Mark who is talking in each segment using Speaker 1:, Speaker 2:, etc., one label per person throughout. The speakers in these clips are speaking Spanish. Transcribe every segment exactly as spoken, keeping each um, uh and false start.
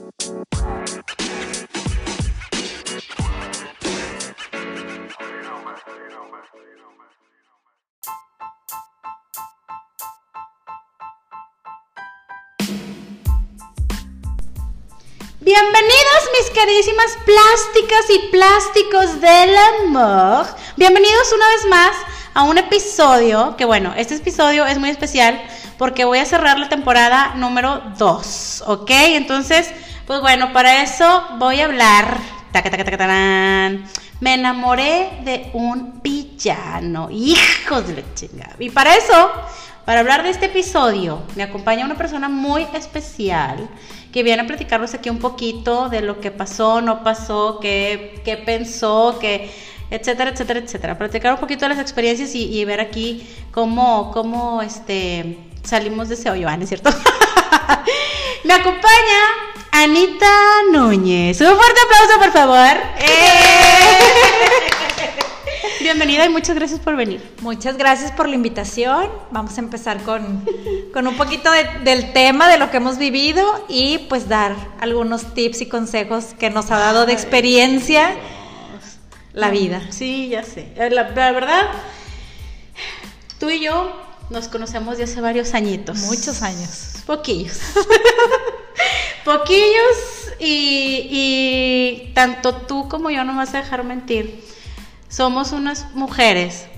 Speaker 1: Bienvenidos mis queridísimas plásticas y plásticos del amor. Bienvenidos una vez más a un episodio, que bueno, este episodio es muy especial porque voy a cerrar la temporada número dos, ¿ok? Entonces, pues bueno, para eso voy a hablar, taca, taca, taca, tarán. Me enamoré de un villano, hijos de la chingada. Y para eso, para hablar de este episodio, me acompaña una persona muy especial que viene a platicarnos aquí un poquito de lo que pasó, no pasó, qué, qué pensó, qué, etcétera, etcétera, etcétera. Platicar un poquito de las experiencias y, y ver aquí cómo, cómo este, salimos de ese hoyo, ¿no es cierto? Me acompaña Anita Núñez. Un fuerte aplauso, por favor. ¡Eh! Bienvenida y muchas gracias por venir.
Speaker 2: Muchas gracias por la invitación. Vamos a empezar con, con un poquito de, del tema, de lo que hemos vivido y pues dar algunos tips y consejos que nos ha dado de experiencia Ay, la vida.
Speaker 1: Sí, ya sé. La, la verdad, tú y yo nos conocemos de hace varios añitos.
Speaker 2: Muchos años.
Speaker 1: Poquillos. Poquillos y, y tanto tú como yo no me vas a dejar mentir. Somos unas mujeres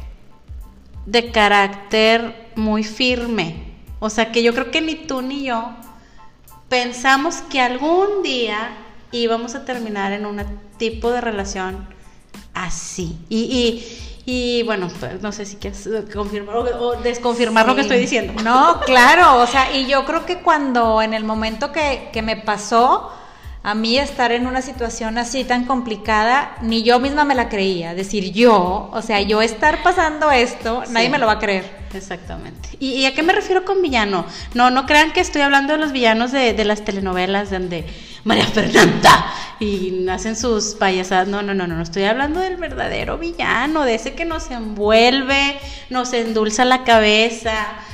Speaker 1: de carácter muy firme. O sea que yo creo que ni tú ni yo pensamos que algún día íbamos a terminar en un tipo de relación así. Y, y, y bueno, pues no sé si quieres confirmar o, o desconfirmar sí. Lo que estoy diciendo.
Speaker 2: No, claro, o sea, y yo creo que cuando en el momento que, que me pasó a mí estar en una situación así tan complicada, ni yo misma me la creía. Decir yo, o sea, yo estar pasando esto, sí. Nadie me lo va a creer.
Speaker 1: Exactamente. ¿Y, ¿Y a qué me refiero con villano? No, no crean que estoy hablando de los villanos de, de las telenovelas donde María Fernanda y hacen sus payasadas. No, no, no, no, no. Estoy hablando del verdadero villano, de ese que nos envuelve, nos endulza la cabeza,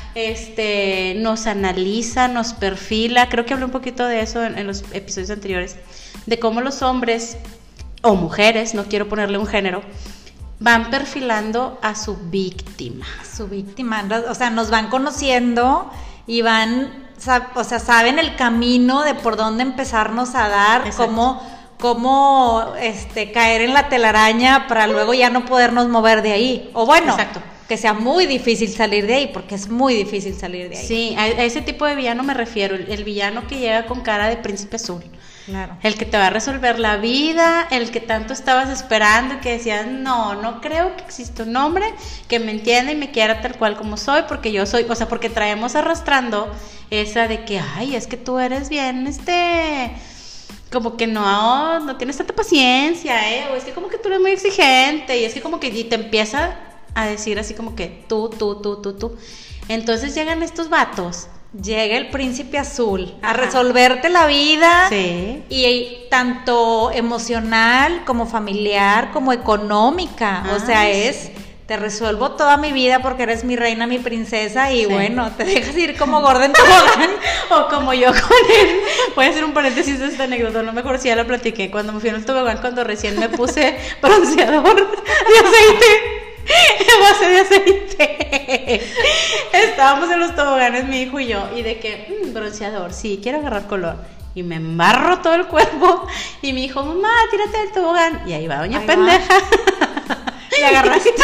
Speaker 1: este, nos analiza, nos perfila. Creo que hablé un poquito de eso en, en los episodios anteriores, de cómo los hombres o mujeres, no quiero ponerle un género, van perfilando a su víctima.
Speaker 2: A su víctima, o sea, nos van conociendo y van, o sea, saben el camino de por dónde empezarnos a dar, cómo, cómo este, caer en la telaraña para luego ya no podernos mover de ahí. O bueno, exacto, que sea muy difícil salir de ahí, porque es muy difícil salir de ahí.
Speaker 1: Sí, a ese tipo de villano me refiero, el, el villano que llega con cara de príncipe azul.
Speaker 2: Claro.
Speaker 1: El que te va a resolver la vida, el que tanto estabas esperando y que decías, no, no creo que exista un hombre que me entienda y me quiera tal cual como soy, porque yo soy, o sea, porque traemos arrastrando esa de que, ay, es que tú eres bien, este, como que no, no tienes tanta paciencia, eh, o es que como que tú eres muy exigente, y es que como que y te empieza a decir así como que tú, tú, tú, tú, tú. Entonces llegan estos vatos.
Speaker 2: Llega el príncipe azul a resolverte la vida,
Speaker 1: sí.
Speaker 2: Y tanto emocional como familiar como económica, ah, o sea, es, sí. Te resuelvo toda mi vida porque eres mi reina, mi princesa y sí. Bueno, te dejas ir como gorda en tobogán
Speaker 1: o como yo con él. Voy a hacer un paréntesis de esta anécdota, no me acuerdo si ya la platiqué, cuando me fui en el tobogán, cuando recién me puse bronceador de aceite. En base de aceite. Estábamos en los toboganes, mi hijo y yo, y de que, mmm, bronceador, sí, quiero agarrar color. Y me embarro todo el cuerpo. Y mi hijo, mamá, tírate del tobogán. Y ahí va doña ahí pendeja.
Speaker 2: Va. Y agarraste.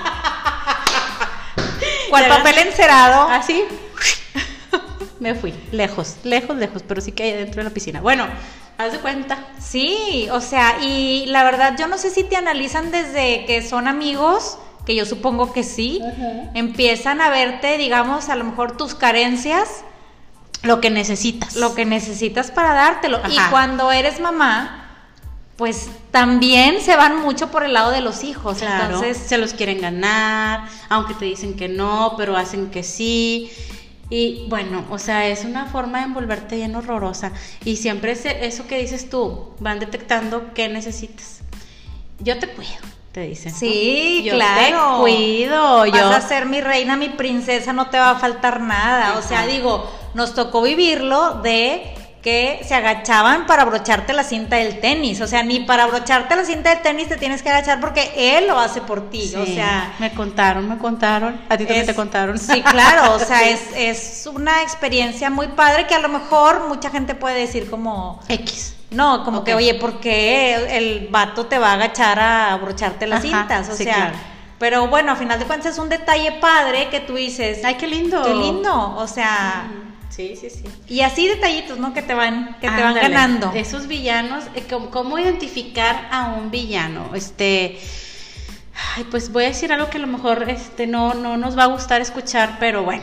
Speaker 2: ¿Cuál papel encerado?
Speaker 1: Así. Me fui, lejos, lejos, lejos, pero sí que hay dentro de la piscina. Bueno, haz de cuenta.
Speaker 2: Sí, o sea, y la verdad yo no sé si te analizan desde que son amigos, que yo supongo que sí, uh-huh. Empiezan a verte, digamos, a lo mejor tus carencias,
Speaker 1: lo que necesitas.
Speaker 2: Lo que necesitas para dártelo. Ajá. Y cuando eres mamá, pues también se van mucho por el lado de los hijos.
Speaker 1: Claro, entonces se los quieren ganar, aunque te dicen que no, pero hacen que sí. Y bueno, o sea, es una forma de envolverte bien horrorosa. Y siempre es eso que dices tú, van detectando qué necesitas. Yo te cuido, te dicen.
Speaker 2: Sí,
Speaker 1: ¿no? Yo
Speaker 2: claro.
Speaker 1: te cuido.
Speaker 2: Vas
Speaker 1: yo...
Speaker 2: a ser mi reina, mi princesa, no te va a faltar nada. Ajá. O sea, digo, nos tocó vivirlo de que se agachaban para abrocharte la cinta del tenis. O sea, ni para abrocharte la cinta del tenis te tienes que agachar porque él lo hace por ti.
Speaker 1: Sí,
Speaker 2: o sea,
Speaker 1: me contaron, me contaron. A ti también
Speaker 2: es,
Speaker 1: te contaron.
Speaker 2: Sí, claro. O sea,
Speaker 1: sí.
Speaker 2: es, es una experiencia muy padre que a lo mejor mucha gente puede decir como...
Speaker 1: X.
Speaker 2: No, como
Speaker 1: Okay.
Speaker 2: que, oye, ¿por qué el vato te va a agachar a abrocharte las
Speaker 1: Ajá,
Speaker 2: cintas? O
Speaker 1: sí,
Speaker 2: sea...
Speaker 1: claro.
Speaker 2: Pero bueno, a final de cuentas es un detalle padre que tú dices...
Speaker 1: Ay, qué lindo.
Speaker 2: Qué lindo. O sea...
Speaker 1: Sí, sí, sí.
Speaker 2: Y así detallitos, ¿no? Que te van, que te van
Speaker 1: Ándale,
Speaker 2: ganando.
Speaker 1: Esos villanos, eh, ¿cómo, cómo identificar a un villano? Este, ay, pues voy a decir algo que a lo mejor este, no, no nos va a gustar escuchar, pero bueno.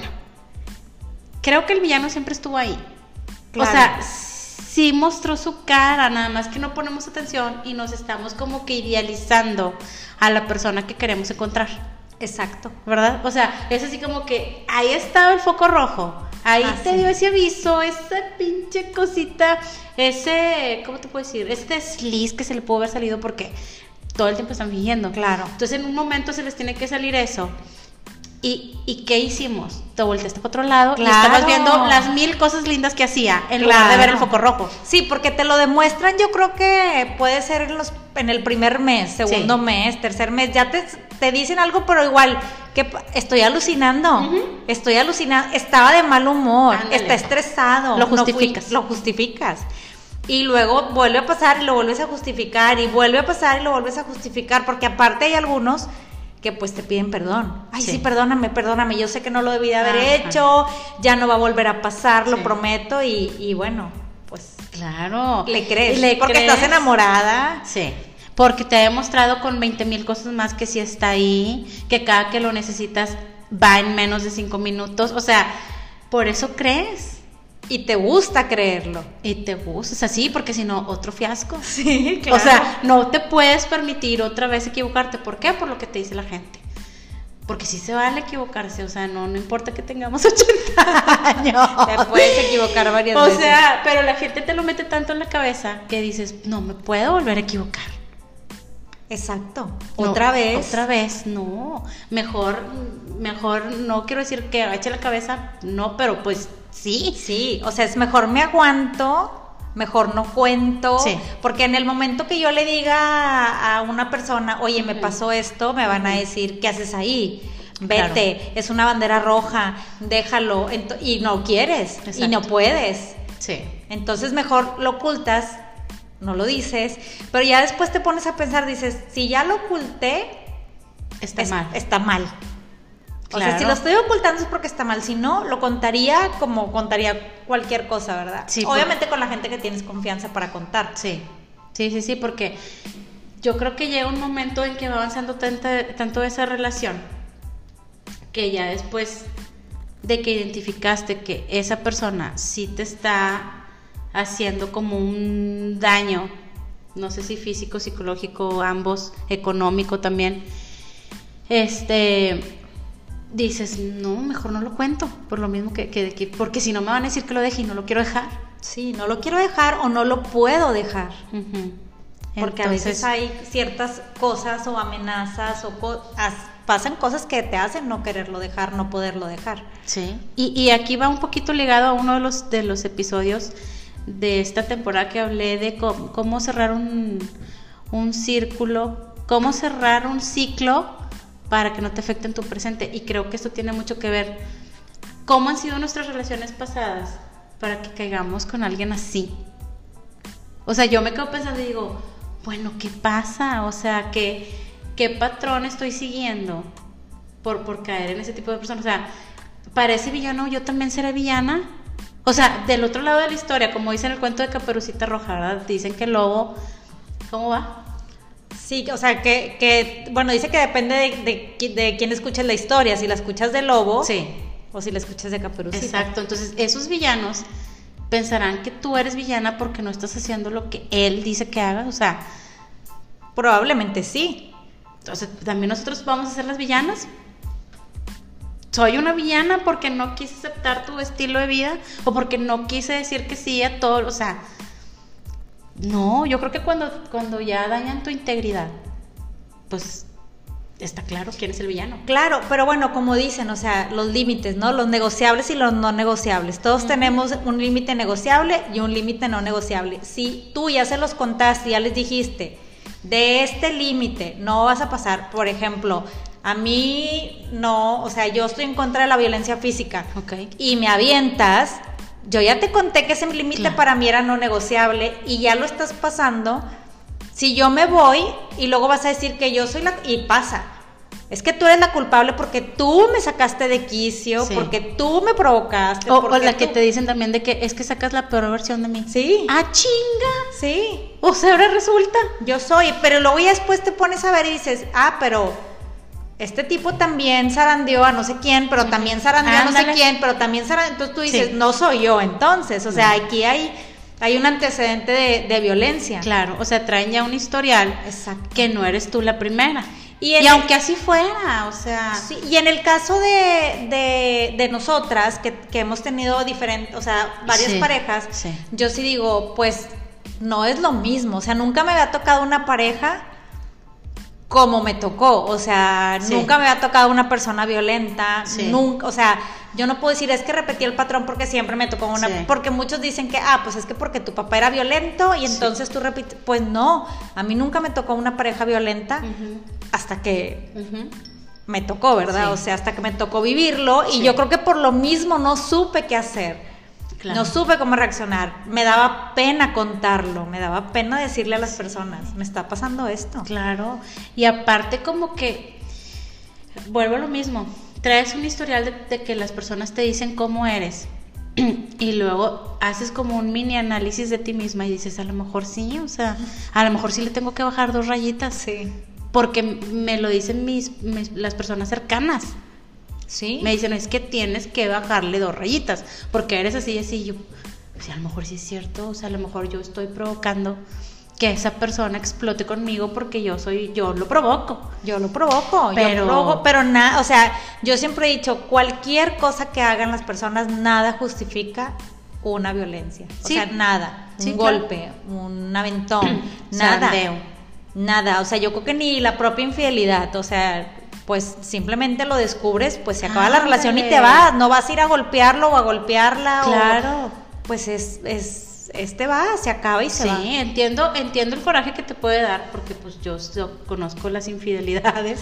Speaker 1: Creo que el villano siempre estuvo ahí.
Speaker 2: Claro.
Speaker 1: O sea, sí mostró su cara, nada más que no ponemos atención y nos estamos como que idealizando a la persona que queremos encontrar.
Speaker 2: Exacto.
Speaker 1: ¿Verdad? O sea, es así como que ahí estaba el foco rojo, ahí
Speaker 2: Ah,
Speaker 1: te
Speaker 2: sí.
Speaker 1: dio ese aviso, esa pinche cosita, ese, ¿cómo te puedo decir? Este desliz que se le pudo haber salido porque todo el tiempo están fingiendo.
Speaker 2: Claro.
Speaker 1: Entonces en un momento se les tiene que salir eso. ¿Y, y qué hicimos? Te volteaste para otro lado
Speaker 2: Claro.
Speaker 1: y estabas viendo las mil cosas lindas que hacía en
Speaker 2: Claro.
Speaker 1: lugar de ver el foco rojo.
Speaker 2: Sí, porque te lo demuestran, yo creo que puede ser en, los, en el primer mes, segundo
Speaker 1: Sí.
Speaker 2: mes, tercer mes, ya te, te dicen algo, pero igual, que estoy alucinando,
Speaker 1: Ujú.
Speaker 2: estoy alucinando, estaba de mal humor,
Speaker 1: Ándale.
Speaker 2: está estresado.
Speaker 1: Lo
Speaker 2: no fui-
Speaker 1: justificas.
Speaker 2: lo justificas. Y luego vuelve a pasar y lo vuelves a justificar, y vuelve a pasar y lo vuelves a justificar, porque aparte hay algunos que pues te piden perdón. Ay, sí,
Speaker 1: Sí.
Speaker 2: perdóname, perdóname, yo sé que no lo debí de haber
Speaker 1: Ajá.
Speaker 2: hecho, ya no va a volver a pasar, lo
Speaker 1: Sí.
Speaker 2: prometo, y, y bueno, pues
Speaker 1: Claro.
Speaker 2: le crees,
Speaker 1: Le
Speaker 2: porque
Speaker 1: crees.
Speaker 2: estás enamorada.
Speaker 1: Sí, porque te ha demostrado con veinte mil cosas más que sí está ahí, que cada que lo necesitas va en menos de cinco minutos, o sea, por eso crees
Speaker 2: Y te gusta creerlo.
Speaker 1: y te gusta, o sea, sí, porque si no, otro fiasco.
Speaker 2: Sí,
Speaker 1: O sea, no te puedes permitir otra vez equivocarte, ¿por qué? Por lo que te dice la gente. Porque sí se vale equivocarse, o sea, no, no importa que tengamos ochenta años.
Speaker 2: te puedes equivocar varias
Speaker 1: O
Speaker 2: veces.
Speaker 1: sea, pero la gente te lo mete tanto en la cabeza que dices, no me puedo volver a equivocar.
Speaker 2: Exacto.
Speaker 1: No,
Speaker 2: Otra vez.
Speaker 1: Otra vez, no. Mejor, mejor, no quiero decir que agache la cabeza, no, pero pues sí.
Speaker 2: Sí, o sea, es mejor me aguanto, mejor no cuento,
Speaker 1: Sí.
Speaker 2: porque en el momento que yo le diga a, a una persona, oye, me pasó esto, me van a decir, ¿qué haces ahí? Vete,
Speaker 1: Claro.
Speaker 2: es una bandera roja, déjalo, ento- y no quieres, y
Speaker 1: Exacto.
Speaker 2: no puedes.
Speaker 1: Sí.
Speaker 2: Entonces mejor lo ocultas, no lo dices, pero ya después te pones a pensar, dices, si ya lo oculté,
Speaker 1: Está
Speaker 2: es-
Speaker 1: mal.
Speaker 2: está mal. O sea,
Speaker 1: Claro.
Speaker 2: si lo estoy ocultando es porque está mal, si no, lo contaría como contaría cualquier cosa, ¿verdad?
Speaker 1: Sí,
Speaker 2: obviamente con la gente que tienes confianza para contar.
Speaker 1: Sí, sí, sí, sí, porque yo creo que llega un momento en que va avanzando tanta- tanto esa relación que ya después de que identificaste que esa persona sí te está haciendo como un daño, no sé si físico, psicológico, ambos, económico también, este, dices, no, mejor no lo cuento, por lo mismo que, que, que porque si no me van a decir que lo deje y no lo quiero dejar.
Speaker 2: Sí, no lo quiero dejar o no lo puedo dejar.
Speaker 1: Ujú.
Speaker 2: Porque a veces hay ciertas cosas o amenazas o co- as- pasan cosas que te hacen no quererlo dejar, no poderlo dejar.
Speaker 1: Sí, y, y aquí va un poquito ligado a uno de los, de los episodios de esta temporada que hablé de cómo, cómo cerrar un, un círculo, cómo cerrar un ciclo para que no te afecte en tu presente. Y creo que esto tiene mucho que ver cómo han sido nuestras relaciones pasadas para que caigamos con alguien así. O sea, yo me quedo pensando y digo, bueno, ¿qué pasa? O sea, ¿qué, qué patrón estoy siguiendo por, por caer en ese tipo de personas? O sea, para ese villano yo también seré villana. O sea, del otro lado de la historia, como dice en el cuento de Caperucita Roja, ¿verdad? Dicen que el lobo, ¿cómo va?
Speaker 2: Sí, o sea, que, que bueno, dice que depende de, de, qui- de quién escuches la historia, si la escuchas de lobo
Speaker 1: Sí,
Speaker 2: o si la escuchas de Caperucita.
Speaker 1: exacto. Entonces, esos villanos pensarán que tú eres villana porque no estás haciendo lo que él dice que hagas. O sea,
Speaker 2: Probablemente sí.
Speaker 1: entonces, ¿también nosotros vamos a ser las villanas? ¿Soy una villana porque no quise aceptar tu estilo de vida? ¿O porque no quise decir que sí a todo? O sea, no, yo creo que cuando, cuando ya dañan tu integridad, pues está claro quién es el villano.
Speaker 2: Claro, pero bueno, como dicen, o sea, los límites, ¿no? Los negociables y los no negociables. Todos uh-huh. tenemos un límite negociable y un límite no negociable. Si tú ya se los contaste, ya les dijiste, de este límite no vas a pasar, por ejemplo, a mí no, o sea, yo estoy en contra de la violencia física.
Speaker 1: Okay.
Speaker 2: Y me avientas, yo ya te conté que ese límite claro. para mí era no negociable y ya lo estás pasando. Si yo me voy y luego vas a decir que yo soy la... Y pasa. Es que tú eres la culpable porque tú me sacaste de quicio, sí. porque tú me provocaste.
Speaker 1: O, o la
Speaker 2: tú...
Speaker 1: que te dicen también de que es que sacas la peor versión de mí.
Speaker 2: Sí.
Speaker 1: ¡Ah, chinga!
Speaker 2: Sí.
Speaker 1: O sea, ahora resulta.
Speaker 2: Yo soy, pero luego ya después te pones a ver y dices, ah, pero este tipo también zarandeó a no sé quién, pero también zarandeó a no sé quién, pero también zarandeó... Entonces tú dices, sí. no soy yo entonces. O sea, aquí hay... Hay un antecedente de, de violencia.
Speaker 1: Claro, o sea, traen ya un historial.
Speaker 2: Exacto.
Speaker 1: Que no eres tú la primera.
Speaker 2: Y,
Speaker 1: y
Speaker 2: el,
Speaker 1: aunque así fuera, o sea...
Speaker 2: Sí, y en el caso de, de, de nosotras, que, que hemos tenido diferentes, o sea, varias
Speaker 1: sí,
Speaker 2: parejas,
Speaker 1: sí.
Speaker 2: yo sí digo, pues, no es lo mismo. O sea, nunca me había tocado una pareja como me tocó. O sea, sí. nunca me había tocado una persona violenta. Sí. Nunca, o sea... Yo no puedo decir, es que repetí el patrón porque siempre me tocó una... Sí. Porque muchos dicen que, ah, pues es que porque tu papá era violento y entonces sí. tú repites... Pues no, a mí nunca me tocó una pareja violenta uh-huh. hasta que uh-huh. me tocó, ¿verdad? Sí. O sea, hasta que me tocó vivirlo y sí. yo creo que por lo mismo no supe qué hacer. Claro. No supe cómo reaccionar. Me daba pena contarlo, me daba pena decirle a las personas, me está pasando esto.
Speaker 1: Claro, y aparte como que... Vuelvo a lo mismo... Traes un historial de, de que las personas te dicen cómo eres y luego haces como un mini análisis de ti misma y dices, a lo mejor sí, o sea, a lo mejor sí le tengo que bajar dos rayitas.
Speaker 2: Sí.
Speaker 1: Porque me lo dicen mis, mis las personas cercanas.
Speaker 2: Sí.
Speaker 1: Me dicen, es que tienes que bajarle dos rayitas porque eres así y así. Yo, pues a lo mejor sí es cierto, o sea, a lo mejor yo estoy provocando que esa persona explote conmigo porque yo soy, yo lo provoco.
Speaker 2: Yo lo provoco,
Speaker 1: pero,
Speaker 2: yo provoco, pero nada, o sea, yo siempre he dicho, cualquier cosa que hagan las personas, nada justifica una violencia. O sí. sea, nada, un sí, golpe, claro. un aventón, nada.
Speaker 1: Sandeo.
Speaker 2: Nada, o sea, yo creo que ni la propia infidelidad, o sea, pues simplemente lo descubres, pues se acaba ah, la relación dale. y te vas, no vas a ir a golpearlo o a golpearla.
Speaker 1: Claro.
Speaker 2: O, pues es... es este va, se acaba y se
Speaker 1: sí,
Speaker 2: va.
Speaker 1: Sí, entiendo, entiendo el coraje que te puede dar, porque pues yo, yo conozco las infidelidades,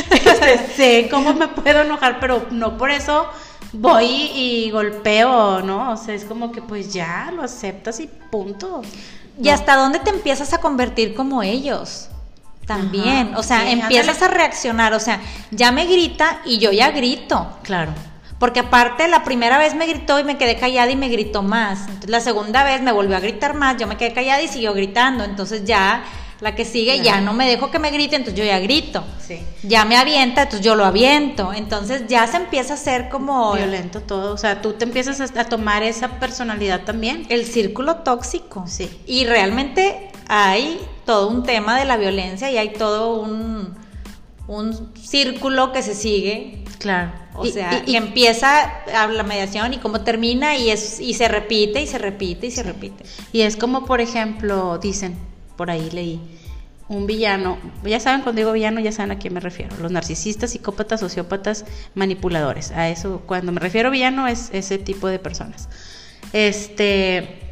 Speaker 1: sé cómo me puedo enojar, pero no por eso voy y golpeo, ¿no? O sea, es como que pues ya, lo aceptas y punto.
Speaker 2: ¿Y no. hasta dónde te empiezas a convertir como ellos? También, Ajá, o sea, sí, empiezas ándale. a reaccionar, o sea, ya me grita y yo ya grito.
Speaker 1: Claro.
Speaker 2: Porque aparte la primera vez me gritó y me quedé callada y me gritó más. Entonces la segunda vez me volvió a gritar más, yo me quedé callada y siguió gritando. Entonces ya la que sigue ya no me dejo que me grite, entonces yo ya grito.
Speaker 1: Sí.
Speaker 2: Ya me avienta, entonces yo lo aviento. Entonces ya se empieza a hacer como...
Speaker 1: violento todo, o sea, tú te empiezas a, a tomar esa personalidad también.
Speaker 2: El círculo tóxico.
Speaker 1: Sí.
Speaker 2: Y realmente hay todo un tema de la violencia y hay todo un, un círculo que se sigue.
Speaker 1: Claro.
Speaker 2: O y, sea, y, y empieza a la mediación y cómo termina y es y se repite y se repite y se sí. repite.
Speaker 1: Y es como, por ejemplo, dicen, por ahí leí, un villano, ya saben cuando digo villano, ya saben a quién me refiero, los narcisistas, psicópatas, sociópatas, manipuladores. A eso, cuando me refiero a villano, es ese tipo de personas. Este,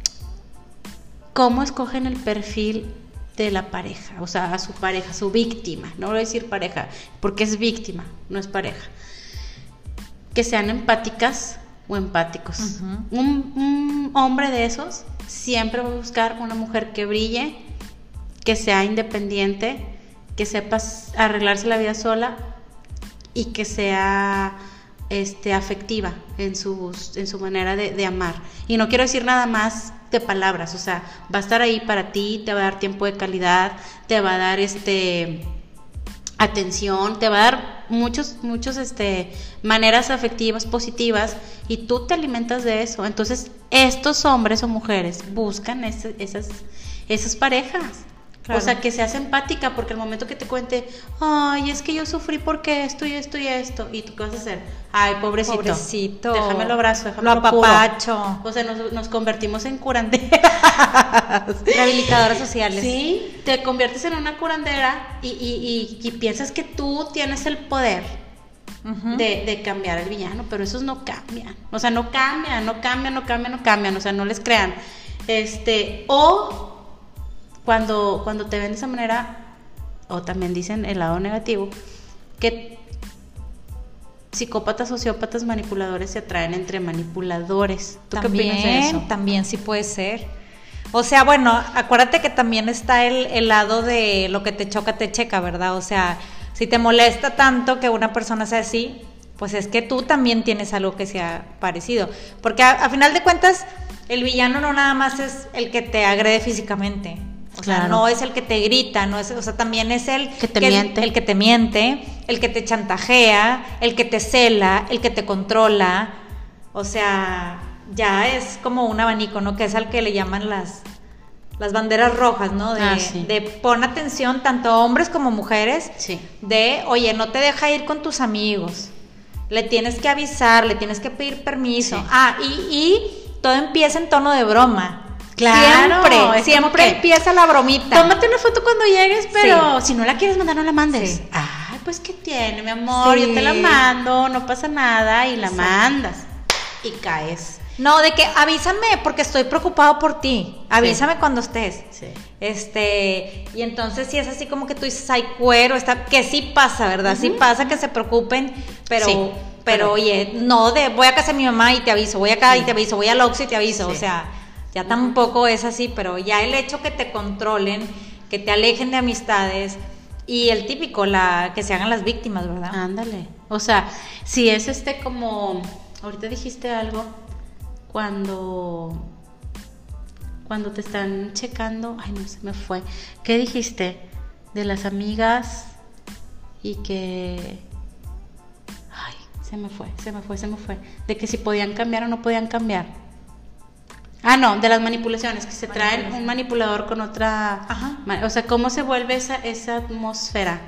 Speaker 1: ¿cómo escogen el perfil de la pareja? O sea, a su pareja, su víctima, no voy a decir pareja, porque es víctima, no es pareja. Que sean empáticas o empáticos. Uh-huh. Un, un hombre de esos siempre va a buscar una mujer que brille, que sea independiente, que sepa arreglarse la vida sola y que sea este, afectiva en, sus, en su manera de, de amar. Y no quiero decir nada más de palabras, o sea, va a estar ahí para ti, te va a dar tiempo de calidad, te va a dar este... atención, te va a dar muchos, muchos, este, maneras afectivas positivas y tú te alimentas de eso. Entonces, estos hombres o mujeres buscan ese, esas, esas parejas. Claro. O sea, que seas empática, porque el momento que te cuente, ay, es que yo sufrí porque esto y esto y esto, y tú qué vas a hacer, ay, pobrecito,
Speaker 2: pobrecito.
Speaker 1: déjame lo abrazo, déjame
Speaker 2: lo
Speaker 1: lo
Speaker 2: apapacho.
Speaker 1: O sea, nos, nos convertimos en curanderas.
Speaker 2: Rehabilitadoras sociales.
Speaker 1: Sí, te conviertes en una curandera y, y, y, y piensas que tú tienes el poder uh-huh. de, de cambiar al villano, pero esos no cambian. O sea, no cambian, no cambian, no cambian, no cambian. O sea, no les crean. Este, o cuando, cuando te ven de esa manera, o también dicen el lado negativo, que psicópatas, sociópatas, manipuladores se atraen entre manipuladores. ¿Tú
Speaker 2: también,
Speaker 1: qué opinas de eso?
Speaker 2: También sí puede ser. O sea, bueno, acuérdate que también está el, el lado de lo que te choca, te checa, ¿verdad? O sea, si te molesta tanto que una persona sea así, pues es que tú también tienes algo que sea parecido. Porque a, a final de cuentas, el villano no nada más es el que te agrede físicamente. O sea, claro. no es el que te grita, no es, o sea, también es el
Speaker 1: que te
Speaker 2: que,
Speaker 1: miente.
Speaker 2: El, el que te miente, el que te chantajea, el que te cela, el que te controla. O sea, ya es como un abanico, ¿no? Que es al que le llaman las, las banderas rojas, ¿no? De,
Speaker 1: ah, sí.
Speaker 2: de pon atención, tanto hombres como mujeres,
Speaker 1: sí.
Speaker 2: de, oye, no te deja ir con tus amigos, le tienes que avisar, le tienes que pedir permiso. Sí. Ah, y, y todo empieza en tono de broma.
Speaker 1: Claro,
Speaker 2: siempre, siempre que empieza la bromita.
Speaker 1: Tómate una foto cuando llegues, pero sí. si no la quieres mandar, no la mandes.
Speaker 2: Sí.
Speaker 1: Ay, pues ¿qué tiene, mi amor?
Speaker 2: Sí.
Speaker 1: Yo te la mando, no pasa nada, y la sí. mandas. Y caes.
Speaker 2: No, de que avísame porque estoy preocupado por ti. Avísame sí. cuando estés.
Speaker 1: Sí.
Speaker 2: Este, y entonces si es así como que tú dices, ay, cuero, está, que sí pasa, ¿verdad? Uh-huh. Sí pasa que se preocupen, pero, sí, pero, pero oye, no de voy a casa de mi mamá y te aviso, voy acá sí. y te aviso, voy al Oxxo y te aviso, sí. o sea, ya tampoco es así, pero ya el hecho que te controlen, que te alejen de amistades y el típico, la que se hagan las víctimas, ¿verdad?
Speaker 1: Ándale. O sea, si es este como, ahorita dijiste algo, cuando, cuando te están checando, ay no, se me fue. ¿Qué dijiste? De las amigas y que, ay, se me fue, se me fue, se me fue. De que si podían cambiar o no podían cambiar. Ah, no, de las manipulaciones, que se traen un manipulador con otra... Ajá. O sea, ¿cómo se vuelve esa, esa atmósfera?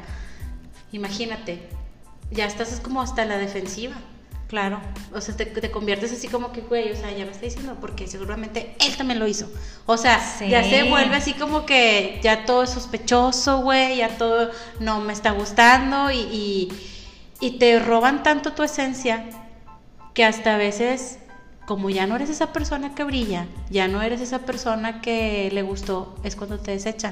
Speaker 1: Imagínate, ya estás es como hasta la defensiva.
Speaker 2: Claro.
Speaker 1: O sea, te, te conviertes así como que, güey, o sea, ya me está diciendo, porque seguramente él también lo hizo. O sea, sí. ya se vuelve así como que ya todo es sospechoso, güey, ya todo no me está gustando y, y, y te roban tanto tu esencia que hasta a veces... como ya no eres esa persona que brilla, ya no eres esa persona que le gustó, es cuando te desechan.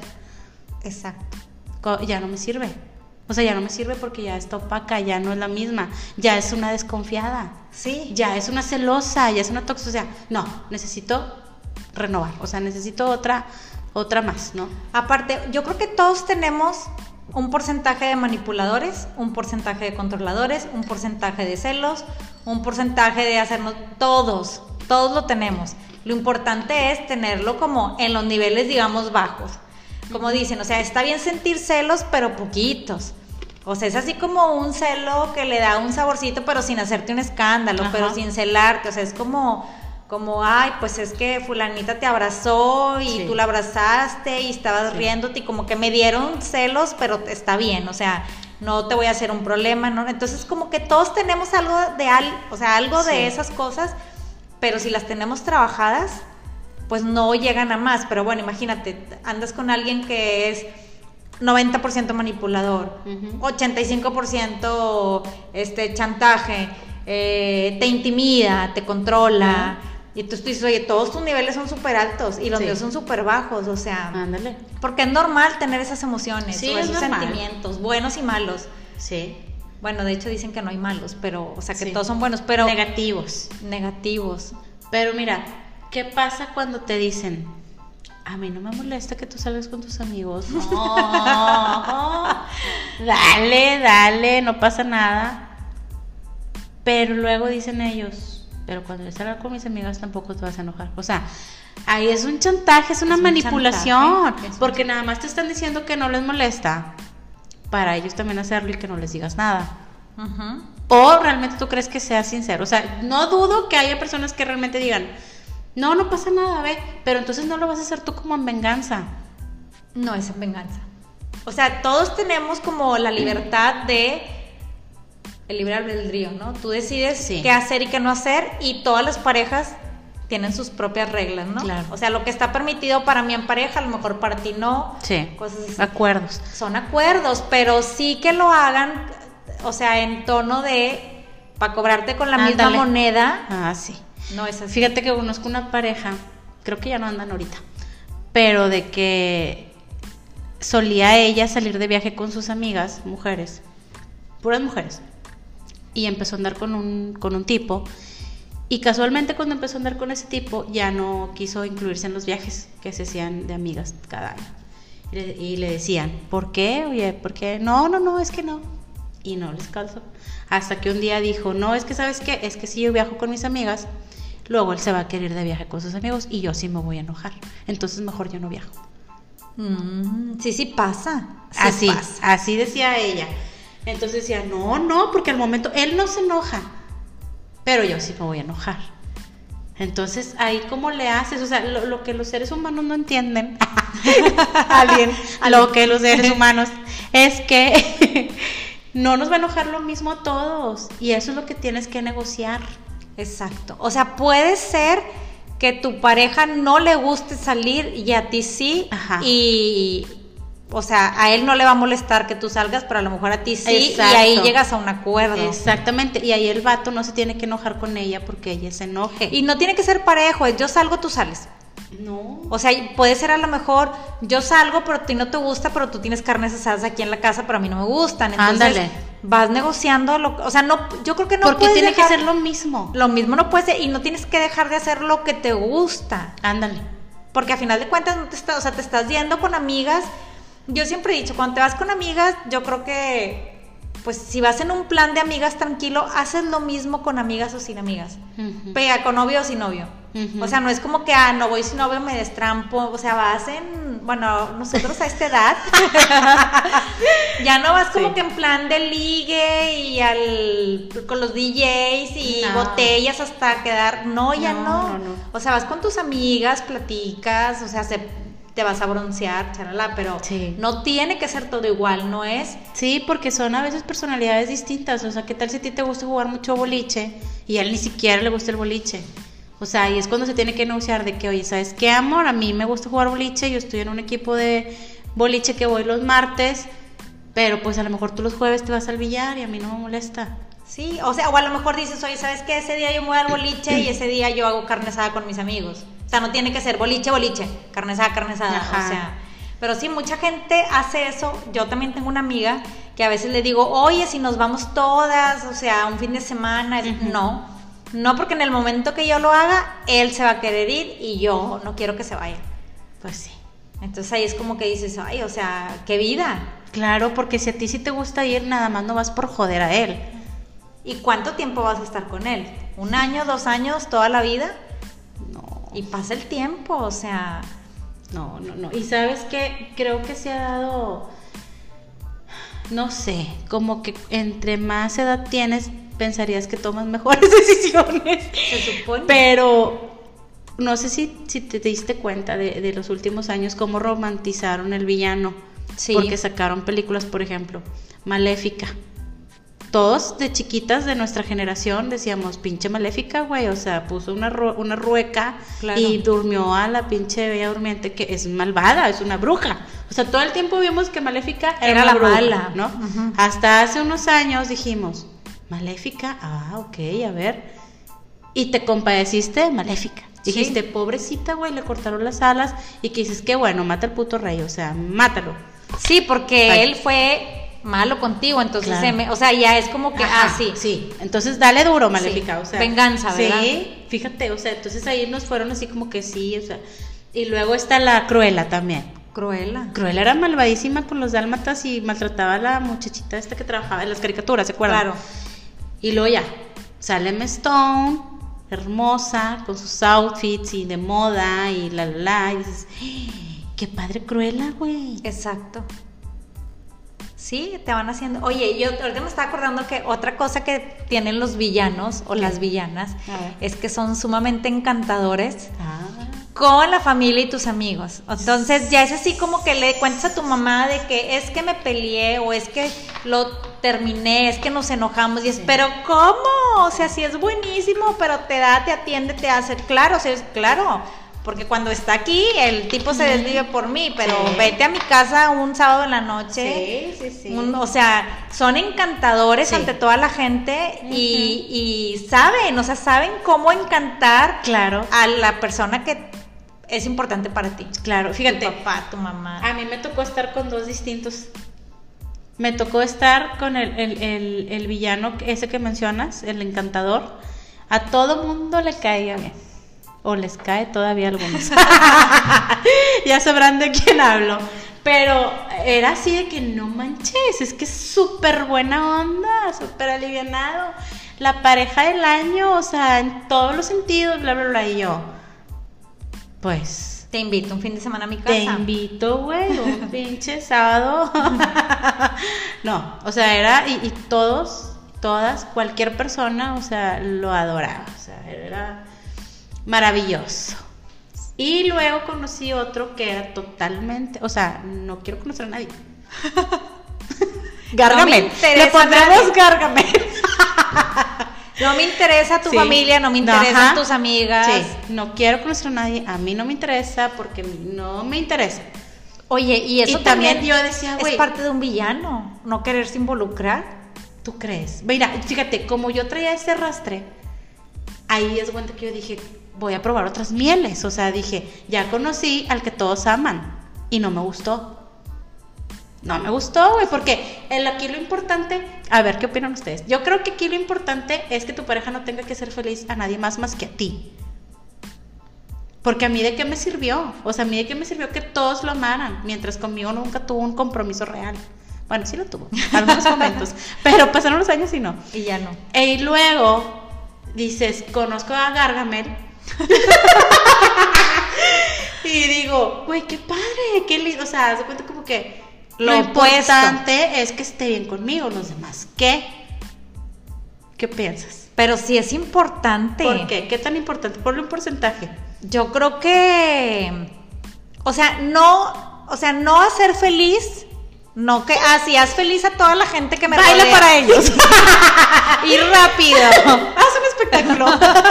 Speaker 2: Exacto.
Speaker 1: Ya no me sirve. O sea, ya no me sirve porque ya está opaca, ya no es la misma, ya es una desconfiada.
Speaker 2: Sí.
Speaker 1: Ya es una celosa, ya es una tóxica. O sea, no, necesito renovar, o sea, necesito otra, otra más, ¿no?
Speaker 2: Aparte, yo creo que todos tenemos un porcentaje de manipuladores, un porcentaje de controladores, un porcentaje de celos, un porcentaje de hacernos, todos, todos lo tenemos. Lo importante es tenerlo como en los niveles, digamos, bajos. Como dicen, o sea, está bien sentir celos, pero poquitos. O sea, es así como un celo que le da un saborcito, pero sin hacerte un escándalo, ajá, pero sin celarte. O sea, es como, como, ay, pues es que fulanita te abrazó y sí, tú la abrazaste y estabas sí, riéndote y como que me dieron celos, pero está bien, o sea, no te voy a hacer un problema, ¿no? Entonces, como que todos tenemos algo de, al, o sea, algo sí, de esas cosas, pero si las tenemos trabajadas, pues no llegan a más. Pero bueno, imagínate, andas con alguien que es noventa por ciento manipulador, uh-huh, ochenta y cinco por ciento este, chantaje, eh, te intimida, te controla, uh-huh, y tú dices, oye, todos tus niveles son súper altos y los sí, míos son súper bajos, o sea,
Speaker 1: ándale,
Speaker 2: porque es normal tener esas emociones,
Speaker 1: sí,
Speaker 2: o esos
Speaker 1: normal,
Speaker 2: sentimientos, buenos y malos.
Speaker 1: Sí.
Speaker 2: Bueno, de hecho dicen que no hay malos, pero, o sea, que sí, todos son buenos, pero...
Speaker 1: Negativos.
Speaker 2: Negativos.
Speaker 1: Pero mira, ¿qué pasa cuando te dicen, a mí no me molesta que tú salgas con tus amigos? No, dale, dale, no pasa nada. Pero luego dicen ellos, pero cuando yo salga con mis amigas tampoco te vas a enojar. O sea, ahí es un chantaje, es una es manipulación, chantaje, porque nada más te están diciendo que no les molesta, para ellos también hacerlo y que no les digas nada. Uh-huh. O realmente tú crees que sea sincero. O sea, no dudo que haya personas que realmente digan, no, no pasa nada, ve, pero entonces no lo vas a hacer tú como en venganza.
Speaker 2: No es en venganza. O sea, todos tenemos como la libertad de el libre albedrío, ¿no? Tú decides sí. qué hacer y qué no hacer, y todas las parejas tienen sus propias reglas, ¿no?
Speaker 1: Claro.
Speaker 2: O sea, lo que está permitido para mí en pareja, a lo mejor para ti no.
Speaker 1: Sí.
Speaker 2: Cosas así.
Speaker 1: Acuerdos.
Speaker 2: Son acuerdos, pero sí que lo hagan, o sea, en tono de para cobrarte con la Ándale. misma moneda.
Speaker 1: Ah, sí.
Speaker 2: No es así.
Speaker 1: Fíjate que conozco una pareja, creo que ya no andan ahorita, pero de que solía ella salir de viaje con sus amigas, mujeres, puras mujeres, y empezó a andar con un, con un tipo, y casualmente cuando empezó a andar con ese tipo ya no quiso incluirse en los viajes que se hacían de amigas cada año, y le, y le decían, ¿por qué? Oye, ¿por qué? No, no, no, es que no, y no les calzó, hasta que un día dijo, no, es que ¿sabes qué? Es que si yo viajo con mis amigas, luego él se va a querer ir de viaje con sus amigos y yo sí me voy a enojar, entonces mejor yo no viajo.
Speaker 2: Mm, sí, sí pasa. Sí
Speaker 1: así,
Speaker 2: pasa.
Speaker 1: así decía ella. Entonces decía, no, no, porque al momento él no se enoja, pero yo sí me voy a enojar. Entonces ahí cómo le haces, o sea, lo, lo que los seres humanos no entienden, alguien, lo que los seres humanos es que no nos va a enojar lo mismo a todos, y eso es lo que tienes que negociar.
Speaker 2: Exacto. O sea, puede ser que tu pareja no le guste salir y a ti sí. Ajá. Y, o sea, a él no le va a molestar que tú salgas, pero a lo mejor a ti sí. Exacto. Y ahí llegas a un acuerdo.
Speaker 1: Exactamente. Y ahí el vato no se tiene que enojar con ella porque ella se enoje.
Speaker 2: Y no tiene que ser parejo, es yo salgo, tú sales.
Speaker 1: No.
Speaker 2: O sea, puede ser a lo mejor yo salgo, pero a ti no te gusta, pero tú tienes carnes asadas aquí en la casa, pero a mí no me gustan. Entonces, ándale. Vas negociando, lo, o sea, no, yo creo que no
Speaker 1: porque
Speaker 2: puedes
Speaker 1: tiene
Speaker 2: dejar,
Speaker 1: que ser lo mismo.
Speaker 2: Lo mismo no puede ser, y no tienes que dejar de hacer lo que te gusta.
Speaker 1: Ándale.
Speaker 2: Porque a final de cuentas no te está, o sea, te estás yendo con amigas. Yo siempre he dicho, cuando te vas con amigas, yo creo que pues si vas en un plan de amigas tranquilo, haces lo mismo con amigas o sin amigas. Uh-huh. Pega con novio o sin novio. Uh-huh. O sea, no es como que, ah, no voy sin novio, me destrampo. O sea, vas en, bueno, nosotros a esta edad, ya no vas como sí. que en plan de ligue y al con los D Js y no. botellas hasta quedar. No, ya no, no. no, no. O sea, vas con tus amigas, platicas, o sea, se... te vas a broncear, charala, pero sí. no tiene que ser todo igual, ¿no es?
Speaker 1: Sí, porque son a veces personalidades distintas, o sea, ¿qué tal si a ti te gusta jugar mucho boliche y a él ni siquiera le gusta el boliche? O sea, y es cuando se tiene que negociar de que, oye, ¿sabes qué, amor? A mí me gusta jugar boliche, yo estoy en un equipo de boliche que voy los martes, pero pues a lo mejor tú los jueves te vas al billar y a mí no me molesta.
Speaker 2: Sí, o sea, o a lo mejor dices, oye, ¿sabes qué? Ese día yo me voy al boliche y ese día yo hago carne asada con mis amigos. O sea, no tiene que ser boliche, boliche, carne asada, carne asada. Ajá. O sea, pero sí, mucha gente hace eso. Yo también tengo una amiga que a veces le digo, oye, si nos vamos todas, o sea, un fin de semana. Uh-huh. No, no, porque en el momento que yo lo haga, él se va a querer ir y yo no quiero que se vaya.
Speaker 1: Pues sí.
Speaker 2: Entonces ahí es como que dices, ay, o sea, qué vida.
Speaker 1: Claro, porque si a ti sí te gusta ir, nada más no vas por joder a él.
Speaker 2: ¿Y cuánto tiempo vas a estar con él? ¿Un año, dos años, toda la vida? Y pasa el tiempo, o sea...
Speaker 1: No, no, no. Y ¿sabes qué? Creo que se ha dado... No sé, como que entre más edad tienes, pensarías que tomas mejores decisiones.
Speaker 2: Se supone.
Speaker 1: Pero no sé si, si te diste cuenta de, de los últimos años cómo romantizaron el villano. Sí. Porque sacaron películas, por ejemplo, Maléfica. Todos de chiquitas de nuestra generación decíamos, pinche Maléfica, güey, o sea, puso una, ru- una rueca claro. y durmió a la pinche Bella Durmiente, que es malvada, es una bruja. O sea, todo el tiempo vimos que Maléfica era, era la bruja, mala, ¿no? Uh-huh. Hasta hace unos años dijimos, Maléfica, ah, ok, a ver. Y te compadeciste de Maléfica. ¿Sí? Dijiste, pobrecita, güey, le cortaron las alas. Y que dices, qué bueno, mata al puto rey, o sea, mátalo.
Speaker 2: Sí, porque Ay. él fue... malo contigo, entonces claro. se me, o sea, ya es como que
Speaker 1: Ajá,
Speaker 2: ah, sí,
Speaker 1: sí, entonces dale duro, Maléfica,
Speaker 2: sí.
Speaker 1: o sea,
Speaker 2: venganza, ¿verdad?
Speaker 1: Sí, fíjate, o sea, entonces ahí nos fueron así como que sí, o sea, y luego está la Cruella también.
Speaker 2: Cruella.
Speaker 1: Cruella era malvadísima con los dálmatas y maltrataba a la muchachita esta que trabajaba en las caricaturas, ¿se acuerdan?
Speaker 2: Claro.
Speaker 1: Y luego ya, sale Emma Stone, hermosa, con sus outfits y de moda y la la la, y dices, qué padre Cruella, güey.
Speaker 2: Exacto. Sí, te van haciendo... Oye, yo ahorita me estaba acordando que otra cosa que tienen los villanos o ¿Qué? Las villanas es que son sumamente encantadores.
Speaker 1: Ah.
Speaker 2: con la familia y tus amigos. Entonces ya es así como que le cuentas a tu mamá de que es que me peleé o es que lo terminé, es que nos enojamos y es, sí. Pero ¿cómo? O sea, sí es buenísimo, pero te da, te atiende, te hace, claro, o sea, es claro, porque cuando está aquí el tipo se desvive por mí, pero sí. Vete a mi casa un sábado en la noche,
Speaker 1: sí, sí, sí.
Speaker 2: Un, o sea, son encantadores sí. Ante toda la gente uh-huh. y, y saben, o sea, saben cómo encantar
Speaker 1: claro.
Speaker 2: A la persona que es importante para ti.
Speaker 1: Claro, fíjate.
Speaker 2: Tu papá, tu mamá.
Speaker 1: A mí me tocó estar con dos distintos. Me tocó estar con el, el, el, el villano, ese que mencionas, el encantador. A todo mundo le caía bien. O les cae todavía a algunos. Ya sabrán de quién hablo. Pero era así de que no manches, es que es súper buena onda, súper alivianado. La pareja del año, o sea, en todos los sentidos, bla, bla, bla. Y yo, pues...
Speaker 2: Te invito un fin de semana a mi casa.
Speaker 1: Te invito, güey, un pinche sábado. No, o sea, era, y, y todos, todas, cualquier persona, o sea, lo adoraba. O sea, era maravilloso. Y luego conocí otro que era totalmente, o sea, no quiero conocer a nadie. Gargamel.
Speaker 2: No
Speaker 1: le ponemos Gargamel.
Speaker 2: No me interesa tu
Speaker 1: sí.
Speaker 2: familia, no me interesan Ajá. tus amigas.
Speaker 1: Sí, no quiero conocer a nadie, a mí no me interesa porque no me interesa.
Speaker 2: Oye, y eso
Speaker 1: y
Speaker 2: también,
Speaker 1: también yo decía, güey,
Speaker 2: es parte de un villano, no quererse involucrar.
Speaker 1: ¿Tú crees? Mira, fíjate, como yo traía ese rastre, ahí es cuenta que yo dije, voy a probar otras mieles. O sea, dije, ya conocí al que todos aman y no me gustó. No me gustó, güey, porque el, aquí lo importante, a ver, ¿qué opinan ustedes? Yo creo que aquí lo importante es que tu pareja no tenga que ser feliz a nadie más más que a ti. Porque a mí de qué me sirvió, o sea, a mí de qué me sirvió que todos lo amaran, mientras conmigo nunca tuvo un compromiso real. Bueno, sí lo tuvo, algunos momentos, pero pasaron los años y no.
Speaker 2: Y ya no.
Speaker 1: Y luego dices, conozco a Gargamel. Y digo, güey, qué padre, qué lindo, o sea, se cuenta como que lo importante es que esté bien conmigo, los demás, ¿qué? ¿Qué piensas?
Speaker 2: Pero sí es importante.
Speaker 1: ¿Por qué? ¿Qué tan importante? Ponle un porcentaje.
Speaker 2: Yo creo que, o sea, no, o sea, no hacer feliz, no que, ah, sí, haz feliz a toda la gente que me
Speaker 1: baila
Speaker 2: rodea.
Speaker 1: Para ellos.
Speaker 2: Ir rápido.
Speaker 1: Haz un espectáculo.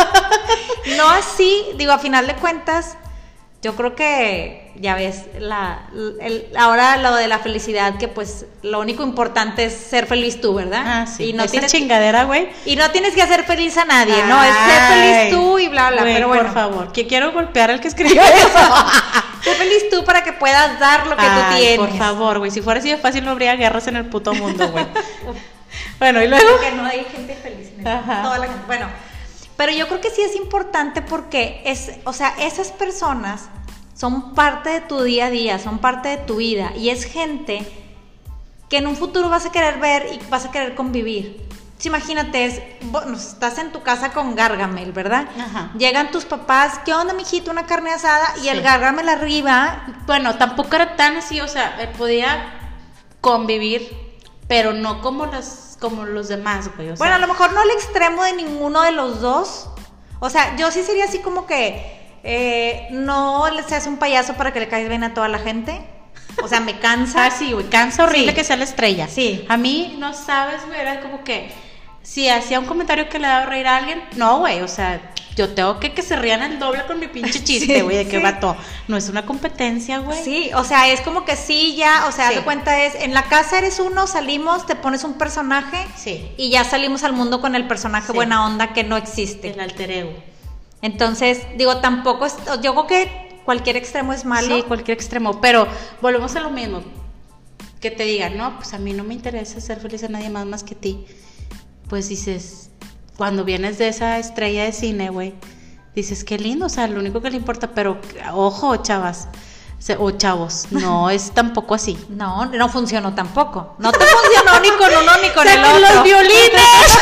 Speaker 2: No así, digo, a final de cuentas, yo creo que, ya ves, la, el, ahora lo de la felicidad, que pues lo único importante es ser feliz tú, ¿verdad?
Speaker 1: Ah, sí.
Speaker 2: Y no
Speaker 1: esa
Speaker 2: tienes
Speaker 1: chingadera, güey.
Speaker 2: Y no tienes que hacer feliz a nadie, Ay, no, es ser feliz tú y bla, bla,
Speaker 1: güey,
Speaker 2: pero bueno.
Speaker 1: Por favor, que quiero golpear al que escribió eso.
Speaker 2: Sé feliz tú para que puedas dar lo que
Speaker 1: Ay,
Speaker 2: tú tienes.
Speaker 1: Por favor, güey, si fuera así de fácil no habría guerras en el puto mundo, güey. Bueno, y luego
Speaker 2: que no hay gente feliz, ¿no? Toda la gente. Bueno, pero yo creo que sí es importante porque es, o sea, esas personas son parte de tu día a día, son parte de tu vida y es gente que en un futuro vas a querer ver y vas a querer convivir. Entonces, imagínate, es, bueno, estás en tu casa con Gargamel, ¿verdad?
Speaker 1: Ajá.
Speaker 2: Llegan tus papás, ¿qué onda, mijito? Una carne asada y sí. El Gargamel arriba.
Speaker 1: Bueno, tampoco era tan así, o sea, él podía convivir, pero no como los, como los demás, güey. O sea,
Speaker 2: bueno, a lo mejor no al extremo de ninguno de los dos. O sea, yo sí sería así como que Eh, no se hace un payaso para que le caiga bien a toda la gente. O sea, me cansa.
Speaker 1: Ah, sí, güey, cansa horrible
Speaker 2: sí.
Speaker 1: Que sea la estrella.
Speaker 2: Sí.
Speaker 1: A mí, no sabes, güey, era como que si hacía un comentario que le daba reír a alguien, no, güey, o sea, yo tengo que que se rían el doble con mi pinche chiste, güey, sí, de que sí. Vato. No es una competencia, güey.
Speaker 2: Sí, o sea, es como que sí, ya, o sea, sí. Haz de cuenta es, en la casa eres uno, salimos, te pones un personaje
Speaker 1: sí.
Speaker 2: Y ya salimos al mundo con el personaje sí. Buena onda que no existe.
Speaker 1: El alter ego.
Speaker 2: Entonces, digo, tampoco es, yo creo que cualquier extremo es malo.
Speaker 1: Sí, cualquier extremo, pero volvemos a lo mismo. Que te digan, no, pues a mí no me interesa ser feliz a nadie más más que a ti. Pues dices, cuando vienes de esa estrella de cine, güey, dices, qué lindo, o sea, lo único que le importa, pero ojo, chavas, o chavos, no es tampoco así.
Speaker 2: No, no funcionó tampoco. No te funcionó ni con uno ni con el otro.
Speaker 1: Los violines.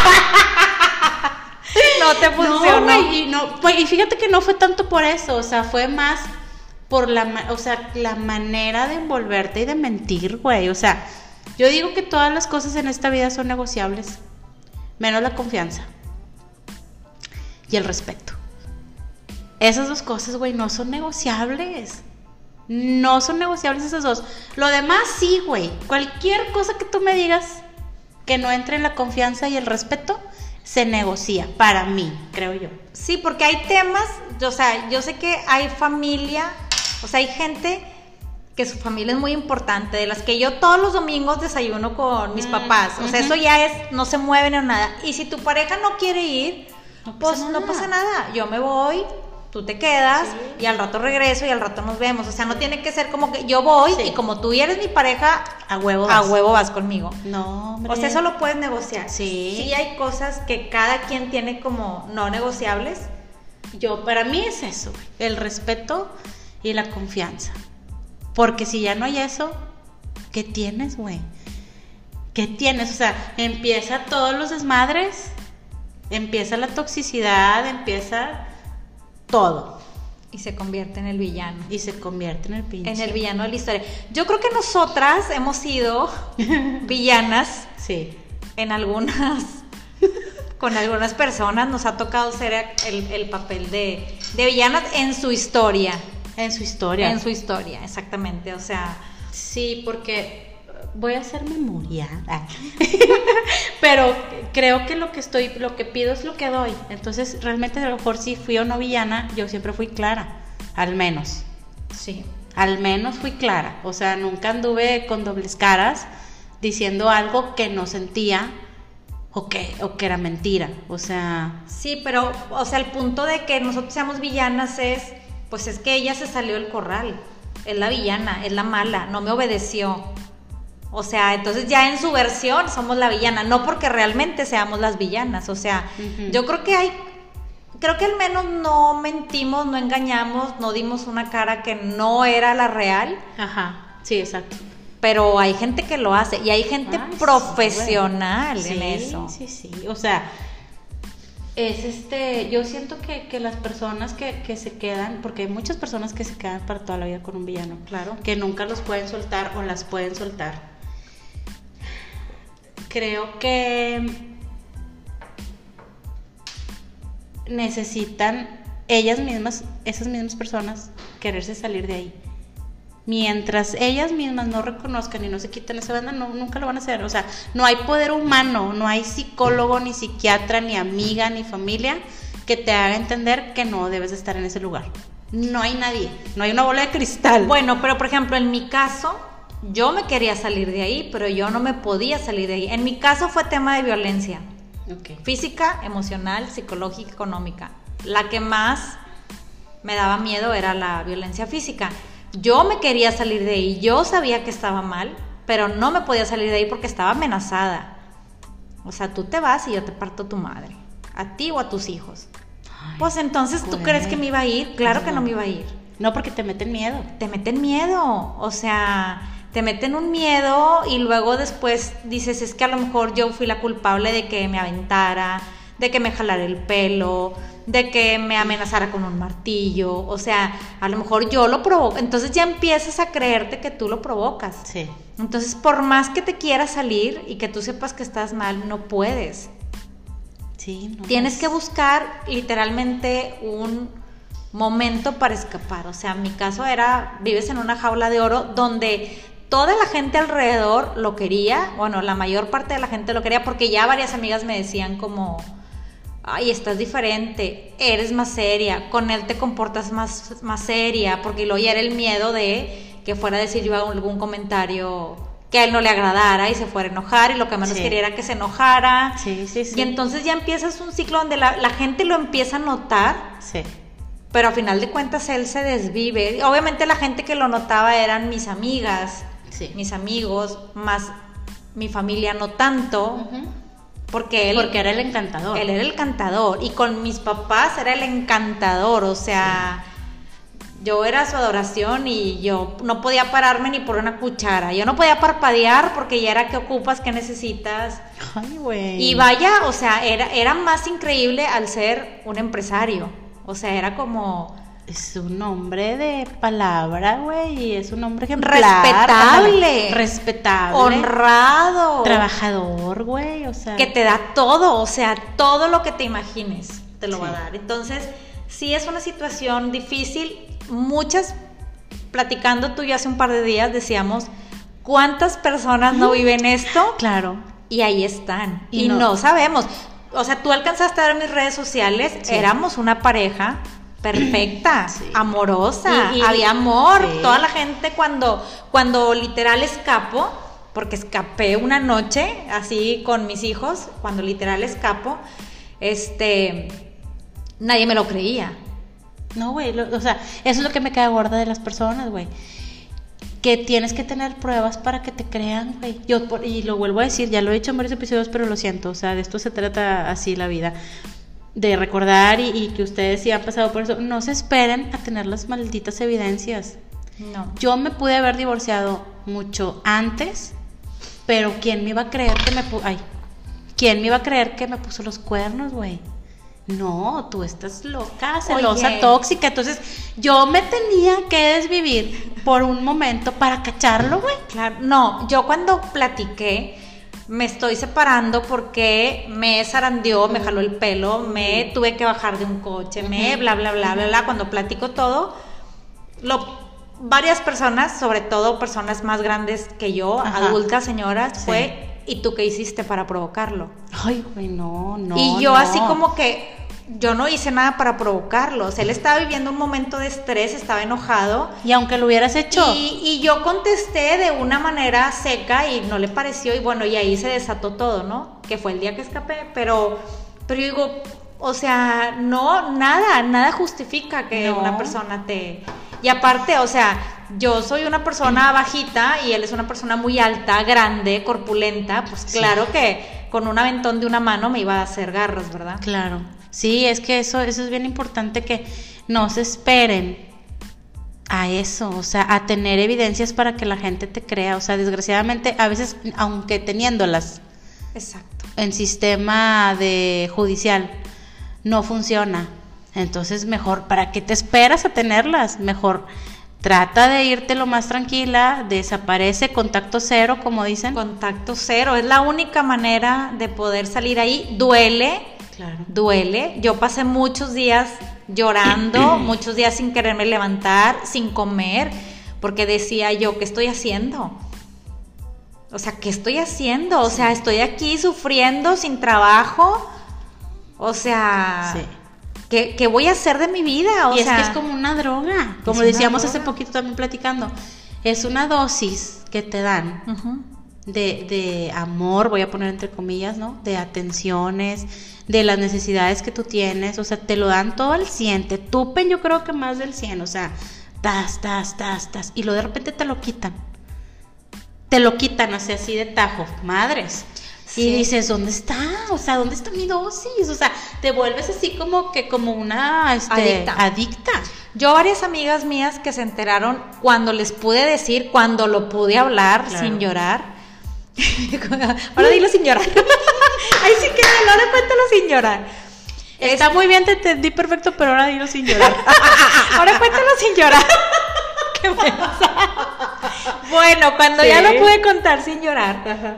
Speaker 2: No te funcionó.
Speaker 1: No, güey, y, no, y fíjate que no fue tanto por eso, o sea, fue más por la, o sea, la manera de envolverte y de mentir, güey. O sea, yo digo que todas las cosas en esta vida son negociables, menos la confianza y el respeto. Esas dos cosas, güey, no son negociables. No son negociables esas dos. Lo demás sí, güey. Cualquier cosa que tú me digas que no entre en la confianza y el respeto, se negocia, para mí, creo yo.
Speaker 2: Sí, porque hay temas, o sea, yo sé que hay familia, o sea, hay gente que su familia es muy importante, de las que yo todos los domingos desayuno con mis mm, papás, o sea, uh-huh. eso ya es, no se mueven en nada. Y si tu pareja no quiere ir, no pues pasa no pasa nada, yo me voy, tú te quedas, sí. y al rato regreso y al rato nos vemos, o sea, no tiene que ser como que yo voy, sí. y como tú ya eres mi pareja,
Speaker 1: a huevo
Speaker 2: vas. a
Speaker 1: vas,
Speaker 2: huevo vas conmigo.
Speaker 1: No, hombre.
Speaker 2: O sea, eso lo puedes negociar.
Speaker 1: Sí.
Speaker 2: Sí hay cosas que cada quien tiene como no negociables.
Speaker 1: Yo, para mí es eso, el respeto y la confianza. Porque si ya no hay eso, ¿qué tienes, güey? ¿Qué tienes? O sea, empieza todos los desmadres, empieza la toxicidad, empieza todo.
Speaker 2: Y se convierte en el villano.
Speaker 1: Y se convierte en el pinche.
Speaker 2: En el villano de la historia. Yo creo que nosotras hemos sido villanas.
Speaker 1: Sí.
Speaker 2: En algunas... con algunas personas nos ha tocado ser el, el papel de, de villanas en su historia.
Speaker 1: En su historia.
Speaker 2: En su historia, exactamente. O sea...
Speaker 1: Sí, porque voy a hacer memoria. Pero creo que lo que estoy, lo que pido es lo que doy. Entonces, realmente a lo mejor si fui o no villana, yo siempre fui clara. Al menos.
Speaker 2: Sí.
Speaker 1: Al menos fui clara. O sea, nunca anduve con dobles caras diciendo algo que no sentía o que, o que era mentira. O sea...
Speaker 2: Sí, pero, o sea, el punto de que nosotros seamos villanas es... Pues es que ella se salió del corral. Es la villana, es la mala, no me obedeció. O sea, entonces ya en su versión somos la villana, no porque realmente seamos las villanas. O sea, uh-huh. yo creo que hay, creo que al menos no mentimos, no engañamos, no dimos una cara que no era la real.
Speaker 1: Ajá, sí, exacto.
Speaker 2: Pero hay gente que lo hace y hay gente Ay, profesional
Speaker 1: sí,
Speaker 2: en
Speaker 1: sí,
Speaker 2: eso.
Speaker 1: Sí, sí, sí, o sea... Es este, yo siento que, que las personas que, que se quedan, porque hay muchas personas que se quedan para toda la vida con un villano, claro, que nunca los pueden soltar o las pueden soltar. Creo que necesitan ellas mismas, esas mismas personas, quererse salir de ahí. Mientras ellas mismas no reconozcan y no se quiten esa banda, no, nunca lo van a hacer. O sea, no hay poder humano, no hay psicólogo, ni psiquiatra, ni amiga, ni familia que te haga entender que no debes de estar en ese lugar. No hay nadie, no hay una bola de cristal.
Speaker 2: Bueno, pero por ejemplo, en mi caso, yo me quería salir de ahí, pero yo no me podía salir de ahí. En mi caso fue tema de violencia.
Speaker 1: Okay.
Speaker 2: Física, emocional, psicológica, económica. La que más me daba miedo era la violencia física. Yo me quería salir de ahí, yo sabía que estaba mal, pero no me podía salir de ahí porque estaba amenazada. O sea, tú te vas y yo te parto tu madre, a ti o a tus hijos. Ay, pues entonces, ¿tú güey. crees que me iba a ir? Claro no. que no me iba a ir.
Speaker 1: No, porque te meten miedo.
Speaker 2: Te meten miedo, o sea, te meten un miedo y luego después dices, es que a lo mejor yo fui la culpable de que me aventara, de que me jalara el pelo, de que me amenazara con un martillo, o sea, a lo mejor yo lo provoco, entonces ya empiezas a creerte que tú lo provocas.
Speaker 1: Sí.
Speaker 2: Entonces, por más que te quieras salir y que tú sepas que estás mal, no puedes.
Speaker 1: Sí, no
Speaker 2: Tienes
Speaker 1: es...
Speaker 2: que buscar literalmente un momento para escapar. O sea, mi caso era, vives en una jaula de oro donde toda la gente alrededor lo quería, bueno, la mayor parte de la gente lo quería, porque ya varias amigas me decían como... Ay, estás diferente, eres más seria, con él te comportas más, más seria, porque luego ya era el miedo de que fuera a decir yo algún comentario que a él no le agradara y se fuera a enojar, y lo que menos sí. quería era que se enojara.
Speaker 1: Sí, sí, sí.
Speaker 2: Y entonces ya empiezas un ciclo donde la, la gente lo empieza a notar,
Speaker 1: sí.
Speaker 2: pero a final de cuentas él se desvive. Obviamente la gente que lo notaba eran mis amigas,
Speaker 1: sí.
Speaker 2: mis amigos, más mi familia no tanto.
Speaker 1: Uh-huh.
Speaker 2: Porque él...
Speaker 1: Porque era el encantador.
Speaker 2: Él era el encantador. Y con mis papás era el encantador. O sea, sí. yo era su adoración y yo no podía pararme ni por una cuchara. Yo no podía parpadear porque ya era qué ocupas, qué necesitas.
Speaker 1: Ay, güey.
Speaker 2: Y vaya, o sea, era, era más increíble al ser un empresario. O sea, era como...
Speaker 1: Es un hombre de palabra, güey, y es un hombre ejemplar.
Speaker 2: Respetable.
Speaker 1: Respetable.
Speaker 2: Honrado.
Speaker 1: Trabajador, güey, o sea.
Speaker 2: Que te da todo, o sea, todo lo que te imagines te lo sí. va a dar. Entonces, sí es una situación difícil. Muchas, platicando tú y yo hace un par de días, decíamos, ¿cuántas personas no viven esto?
Speaker 1: Claro.
Speaker 2: Y ahí están. Y,
Speaker 1: Y
Speaker 2: no.
Speaker 1: no.
Speaker 2: no sabemos. O sea, tú alcanzaste a ver mis redes sociales,
Speaker 1: Sí.
Speaker 2: éramos una pareja perfecta,
Speaker 1: Sí.
Speaker 2: amorosa,
Speaker 1: Y- y-
Speaker 2: había amor.
Speaker 1: Sí.
Speaker 2: Toda la gente cuando, cuando literal escapo, porque escapé una noche así con mis hijos, cuando literal escapo, este, nadie me lo creía.
Speaker 1: No, güey, lo- o sea, eso es lo que me queda gorda de las personas, güey. Que tienes que tener pruebas para que te crean, güey. Yo, por- y lo vuelvo a decir, ya lo he dicho en varios episodios, pero lo siento, o sea, de esto se trata así la vida. De recordar y, y que ustedes sí han pasado por eso. No se esperen a tener las malditas evidencias.
Speaker 2: No.
Speaker 1: Yo me pude haber divorciado mucho antes, pero ¿quién me iba a creer que me pu- ay, ¿quién me iba a creer que me puso los cuernos, güey? No, tú estás loca, celosa,
Speaker 2: Oye.
Speaker 1: tóxica. Entonces, yo me tenía que desvivir por un momento para cacharlo, güey.
Speaker 2: Claro, no, yo cuando platiqué me estoy separando porque me zarandeó, me jaló el pelo, me tuve que bajar de un coche, me
Speaker 1: Ujú.
Speaker 2: bla bla bla bla bla. Cuando platico todo, lo, varias personas, sobre todo personas más grandes que yo,
Speaker 1: Ajá.
Speaker 2: adultas, señoras,
Speaker 1: Sí.
Speaker 2: fue, ¿y tú qué hiciste para provocarlo?
Speaker 1: Ay, güey, no, no.
Speaker 2: y yo
Speaker 1: no.
Speaker 2: así como que yo no hice nada para provocarlo. O sea, él estaba viviendo un momento de estrés, estaba enojado.
Speaker 1: Y aunque lo hubieras hecho.
Speaker 2: Y, y yo contesté de una manera seca y no le pareció, y bueno, y ahí se desató todo, ¿no? Que fue el día que escapé, pero, pero yo digo, o sea, no, nada, nada justifica que
Speaker 1: No.
Speaker 2: una persona te... Y aparte, o sea, yo soy una persona bajita y él es una persona muy alta, grande, corpulenta, pues
Speaker 1: Sí.
Speaker 2: claro que con un aventón de una mano me iba a hacer garras, ¿verdad?
Speaker 1: Claro. Sí, es que eso, eso es bien importante, que no se esperen a eso, o sea, a tener evidencias para que la gente te crea. O sea, desgraciadamente, a veces, aunque teniéndolas
Speaker 2: Exacto.
Speaker 1: en sistema de judicial, no funciona. Entonces, mejor, ¿para qué te esperas a tenerlas? Mejor trata de irte lo más tranquila, desaparece, contacto cero, como dicen.
Speaker 2: Contacto cero, es la única manera de poder salir ahí. Duele,
Speaker 1: Claro.
Speaker 2: duele. Yo pasé muchos días llorando, muchos días sin quererme levantar, sin comer, porque decía yo, ¿qué estoy haciendo? O sea, ¿qué estoy haciendo? O sea, estoy aquí sufriendo sin trabajo. O sea,
Speaker 1: Sí.
Speaker 2: ¿qué, qué voy a hacer de mi vida? O
Speaker 1: Y
Speaker 2: sea,
Speaker 1: es que es como una droga, como
Speaker 2: una
Speaker 1: decíamos hace
Speaker 2: droga.
Speaker 1: poquito también platicando. Es una dosis que te dan
Speaker 2: Ujú.
Speaker 1: de, de amor, voy a poner entre comillas, ¿no? De atenciones, de las necesidades que tú tienes, o sea, te lo dan todo al cien, te tupen yo creo que más del cien, o sea, tas, tas, tas, tas, y luego de repente te lo quitan. Te lo quitan, así, así de tajo, madres.
Speaker 2: Sí.
Speaker 1: Y dices, ¿dónde está? O sea, ¿dónde está mi dosis? O sea, te vuelves así como que como una este,
Speaker 2: Adicta.
Speaker 1: adicta.
Speaker 2: Yo varias amigas mías que se enteraron cuando les pude decir, cuando lo pude hablar
Speaker 1: Claro.
Speaker 2: sin llorar. Ahora dilo sin llorar. Ay, sí que ahora cuéntalo sin llorar.
Speaker 1: Está muy bien, te entendí perfecto, pero ahora dilo sin llorar.
Speaker 2: Ahora cuéntalo sin llorar. Qué mensa. Bueno, cuando
Speaker 1: Sí.
Speaker 2: ya lo pude contar sin llorar,
Speaker 1: Ajá.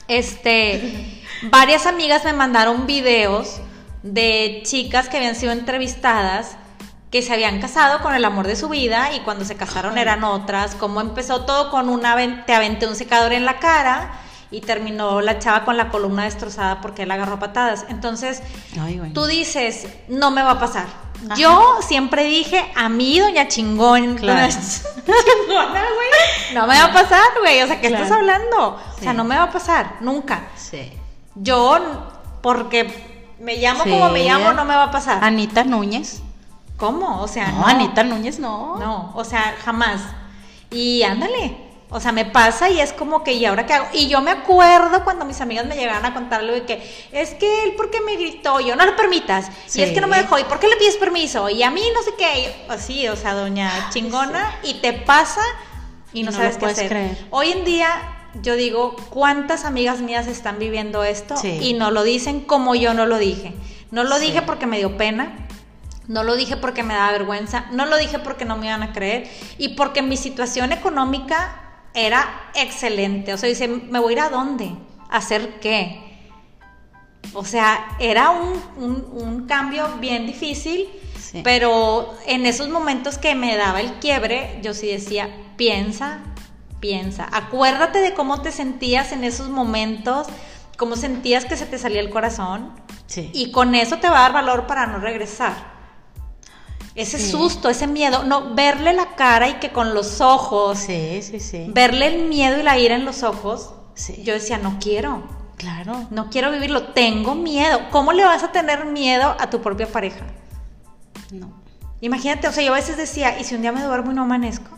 Speaker 2: este, varias amigas me mandaron videos de chicas que habían sido entrevistadas, que se habían casado con el amor de su vida y cuando se casaron
Speaker 1: Ay.
Speaker 2: eran otras. Cómo empezó todo con una aven- te aventé un secador en la cara y terminó la chava con la columna destrozada porque él agarró a patadas. Entonces,
Speaker 1: Ay, güey.
Speaker 2: tú dices, no me va a pasar.
Speaker 1: Ajá.
Speaker 2: Yo siempre dije, a mí, doña chingón,
Speaker 1: Claro.
Speaker 2: doña chingona, güey, no me va a pasar, güey. O sea, ¿qué
Speaker 1: Claro.
Speaker 2: estás hablando? O
Speaker 1: Sí.
Speaker 2: sea, no me va a pasar, nunca.
Speaker 1: Sí.
Speaker 2: Yo, porque me llamo
Speaker 1: Sí.
Speaker 2: como me llamo, no me va a pasar.
Speaker 1: Anita Núñez.
Speaker 2: ¿Cómo? O sea,
Speaker 1: No,
Speaker 2: no.
Speaker 1: Anita Núñez no.
Speaker 2: No, o sea, jamás. Y ándale. O sea, me pasa y es como que, ¿y ahora qué hago? Y yo me acuerdo cuando mis amigas me llegaban a contarlo de que, es que él, ¿por qué me gritó? Yo, no lo permitas.
Speaker 1: Sí.
Speaker 2: Y es que no me dejó. ¿Y por qué le pides permiso? Y a mí no sé qué. Y yo, así, o sea, doña chingona. Y te pasa y
Speaker 1: Y
Speaker 2: no,
Speaker 1: no
Speaker 2: sabes
Speaker 1: lo
Speaker 2: qué
Speaker 1: puedes
Speaker 2: hacer.
Speaker 1: creer.
Speaker 2: Hoy en día, yo digo, ¿cuántas amigas mías están viviendo esto?
Speaker 1: Sí.
Speaker 2: Y no lo dicen como yo no lo dije. No lo
Speaker 1: Sí.
Speaker 2: dije porque me dio pena. No lo dije porque me daba vergüenza, no lo dije porque no me iban a creer y porque mi situación económica era excelente. O sea, dice, ¿me voy a ir a dónde? ¿A hacer qué? O sea, era un, un, un cambio bien difícil, Sí. Pero en esos momentos que me daba el quiebre, yo sí decía, piensa, piensa. Acuérdate de cómo te sentías en esos momentos, cómo sentías que se te salía el corazón. Sí. Y con eso te va a dar valor para no regresar. Ese sí. susto, ese miedo, no, verle la cara y que con los ojos,
Speaker 1: sí, sí, sí.
Speaker 2: verle el miedo y la ira en los ojos,
Speaker 1: sí.
Speaker 2: yo decía, no quiero.
Speaker 1: Claro.
Speaker 2: No quiero vivirlo, tengo miedo. ¿Cómo le vas a tener miedo a tu propia pareja?
Speaker 1: No.
Speaker 2: Imagínate, o sea, yo a veces decía, ¿y si un día me duermo y no amanezco?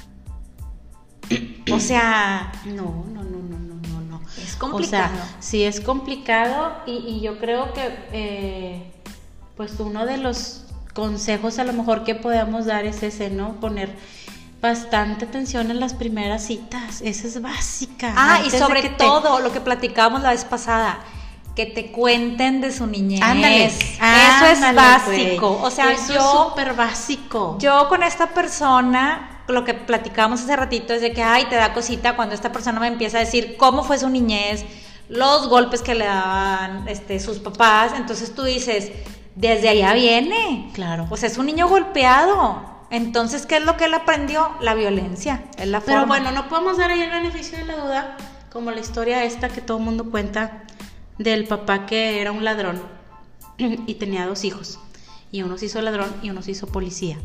Speaker 2: O sea...
Speaker 1: No, no, no, no, no, no, no.
Speaker 2: Es complicado.
Speaker 1: O sea, sí es complicado y, y yo creo que, eh, pues uno de los consejos a lo mejor que podemos dar es ese, ¿no? Poner bastante atención en las primeras citas, esa es básica.
Speaker 2: Ah, y sobre todo te... lo que platicábamos la vez pasada, que te cuenten de su niñez.
Speaker 1: Ándale.
Speaker 2: Eso
Speaker 1: Ándale,
Speaker 2: es básico.
Speaker 1: Wey.
Speaker 2: O sea,
Speaker 1: eso
Speaker 2: yo,
Speaker 1: es súper básico.
Speaker 2: Yo con esta persona, lo que platicábamos hace ratito es de que, ay, te da cosita cuando esta persona me empieza a decir cómo fue su niñez, los golpes que le daban este, sus papás. Entonces tú dices, desde allá viene.
Speaker 1: Claro.
Speaker 2: O sea, es un niño golpeado. Entonces, ¿qué es lo que él aprendió? La violencia, es la forma.
Speaker 1: Pero bueno, no podemos dar ahí el beneficio de la duda, como la historia esta que todo el mundo cuenta del papá que era un ladrón y tenía dos hijos. Y uno se hizo ladrón y uno se hizo policía.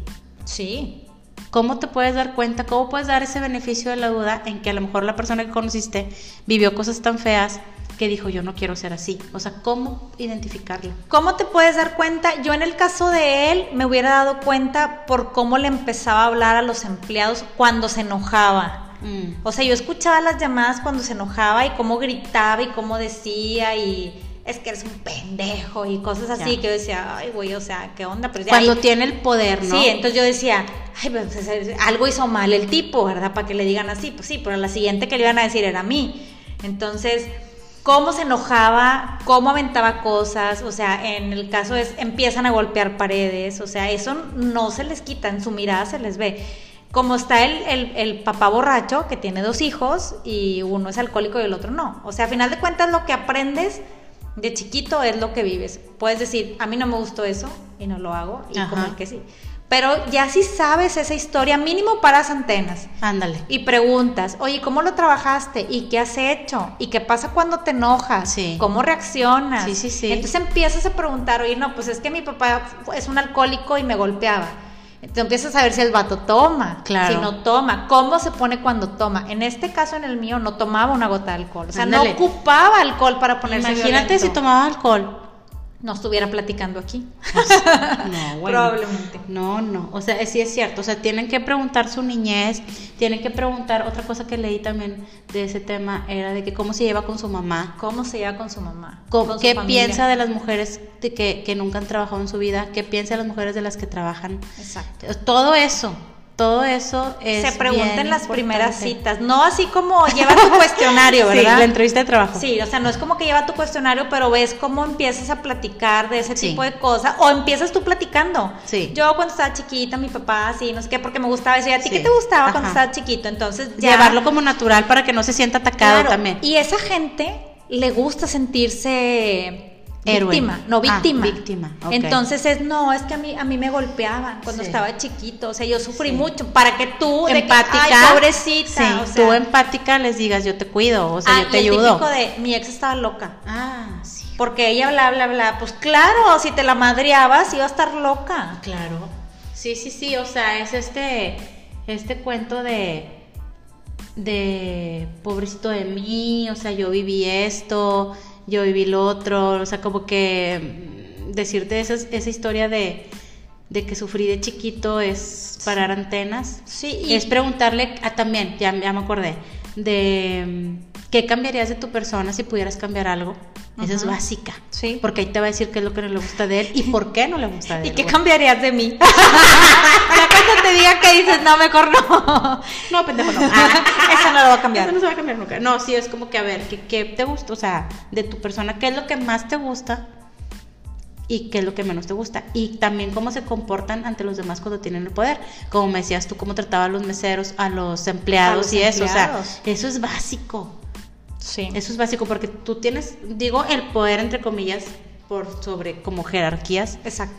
Speaker 2: Sí.
Speaker 1: ¿Cómo te puedes dar cuenta? ¿Cómo puedes dar ese beneficio de la duda en que a lo mejor la persona que conociste vivió cosas tan feas que dijo, yo no quiero ser así? O sea, ¿cómo identificarlo?
Speaker 2: ¿Cómo te puedes dar cuenta? Yo en el caso de él me hubiera dado cuenta por cómo le empezaba a hablar a los empleados cuando se enojaba. Mm. O sea, yo escuchaba las llamadas cuando se enojaba y cómo gritaba y cómo decía y es que eres un pendejo y cosas así, ya. Que yo decía, ay, güey, o sea, ¿qué onda? Pero
Speaker 1: cuando
Speaker 2: ahí,
Speaker 1: tiene el poder, ¿no?
Speaker 2: Sí, entonces yo decía, ay, pues algo hizo mal el tipo, ¿verdad? Para que le digan así, pues sí, pero la siguiente que le iban a decir era a mí. Entonces, cómo se enojaba, cómo aventaba cosas, o sea, en el caso es, empiezan a golpear paredes, o sea, eso no se les quita, en su mirada se les ve. Como está el, el, el papá borracho, que tiene dos hijos, y uno es alcohólico y el otro no. O sea, a final de cuentas, lo que aprendes de chiquito es lo que vives. Puedes decir, a mí no me gustó eso, y no lo hago, y
Speaker 1: Ajá.
Speaker 2: como el que sí. Pero ya si sabes esa historia, mínimo paras antenas.
Speaker 1: Ándale.
Speaker 2: Y preguntas, oye, ¿cómo lo trabajaste? ¿Y qué has hecho? ¿Y qué pasa cuando te enojas?
Speaker 1: Sí.
Speaker 2: ¿Cómo reaccionas?
Speaker 1: Sí, sí, sí.
Speaker 2: Entonces empiezas a preguntar, oye, no, pues es que mi papá es un alcohólico y me golpeaba. Entonces empiezas a ver si el vato toma,
Speaker 1: claro.
Speaker 2: Si no toma, cómo se pone cuando toma. En este caso, en el mío, no tomaba una gota de alcohol. O sea,
Speaker 1: Ándale.
Speaker 2: no ocupaba alcohol para ponerse
Speaker 1: Imagínate
Speaker 2: violento.
Speaker 1: si tomaba alcohol.
Speaker 2: No estuviera platicando aquí.
Speaker 1: Pues, no, bueno.
Speaker 2: Probablemente.
Speaker 1: No, no. O sea, sí es cierto. O sea, tienen que preguntar su niñez. Tienen que preguntar. Otra cosa que leí también de ese tema era de que cómo se lleva con su mamá.
Speaker 2: ¿Cómo se lleva con su mamá?
Speaker 1: Con,
Speaker 2: con
Speaker 1: ¿Qué
Speaker 2: su
Speaker 1: piensa de las mujeres de que, que nunca han trabajado en su vida? ¿Qué piensa de las mujeres de las que trabajan?
Speaker 2: Exacto.
Speaker 1: Todo eso. Todo eso es
Speaker 2: se pregunta
Speaker 1: bien
Speaker 2: en las
Speaker 1: importante.
Speaker 2: Primeras citas, no así como lleva tu cuestionario, ¿verdad?
Speaker 1: Sí, la entrevista de trabajo.
Speaker 2: Sí, o sea, no es como que lleva tu cuestionario, pero ves cómo empiezas a platicar de ese
Speaker 1: sí.
Speaker 2: tipo de cosas, o empiezas tú platicando.
Speaker 1: Sí.
Speaker 2: Yo cuando estaba chiquita, mi papá así, no sé qué, porque me gustaba eso, y a ti
Speaker 1: sí.
Speaker 2: qué te gustaba
Speaker 1: Ajá.
Speaker 2: cuando estabas chiquito, entonces ya...
Speaker 1: Llevarlo como natural para que no se sienta atacado
Speaker 2: claro.
Speaker 1: también.
Speaker 2: Y esa gente le gusta sentirse...
Speaker 1: Héroe.
Speaker 2: Víctima, no víctima.
Speaker 1: Ah, víctima. Okay.
Speaker 2: Entonces es, no, es que a mí, a mí me golpeaban cuando
Speaker 1: sí.
Speaker 2: estaba chiquito, o sea, yo sufrí
Speaker 1: sí.
Speaker 2: mucho, para que tú,
Speaker 1: empática,
Speaker 2: de que, ay, pobrecita,
Speaker 1: sí,
Speaker 2: o sea,
Speaker 1: tú empática les digas, yo te cuido, o sea,
Speaker 2: ah,
Speaker 1: yo te
Speaker 2: y el
Speaker 1: ayudo.
Speaker 2: típico de, mi ex estaba loca.
Speaker 1: Ah, sí.
Speaker 2: Porque ella bla, bla, bla, pues claro, si te la madreabas iba a estar loca.
Speaker 1: Claro. Sí, sí, sí, o sea, es este, este cuento de, de pobrecito de mí, o sea, yo viví esto, yo viví lo otro, o sea, como que decirte esa, esa historia de, de que sufrí de chiquito es parar antenas.
Speaker 2: Sí. Y
Speaker 1: es preguntarle a, también, ya, ya me acordé, de qué cambiarías de tu persona si pudieras cambiar algo. Uh-huh. Esa es básica.
Speaker 2: Sí.
Speaker 1: Porque ahí te va a decir qué es lo que no le gusta de él y por qué no le gusta de él.
Speaker 2: ¿Y qué
Speaker 1: bueno.
Speaker 2: cambiarías de mí? Ya cuando te diga que dices, no, mejor no.
Speaker 1: No, pendejo, no. Ah,
Speaker 2: eso no lo va a cambiar.
Speaker 1: Eso no se va a cambiar nunca. No, sí, es como que a ver, ¿qué, qué te gusta? O sea, de tu persona, ¿qué es lo que más te gusta? Y qué es lo que menos te gusta. Y también cómo se comportan ante los demás cuando tienen el poder. Como me decías tú, cómo trataba a los meseros, a los empleados a los y empleados. Eso. O sea, eso es básico.
Speaker 2: Sí.
Speaker 1: Eso es básico porque tú tienes, digo, el poder entre comillas, por sobre como jerarquías.
Speaker 2: Exacto.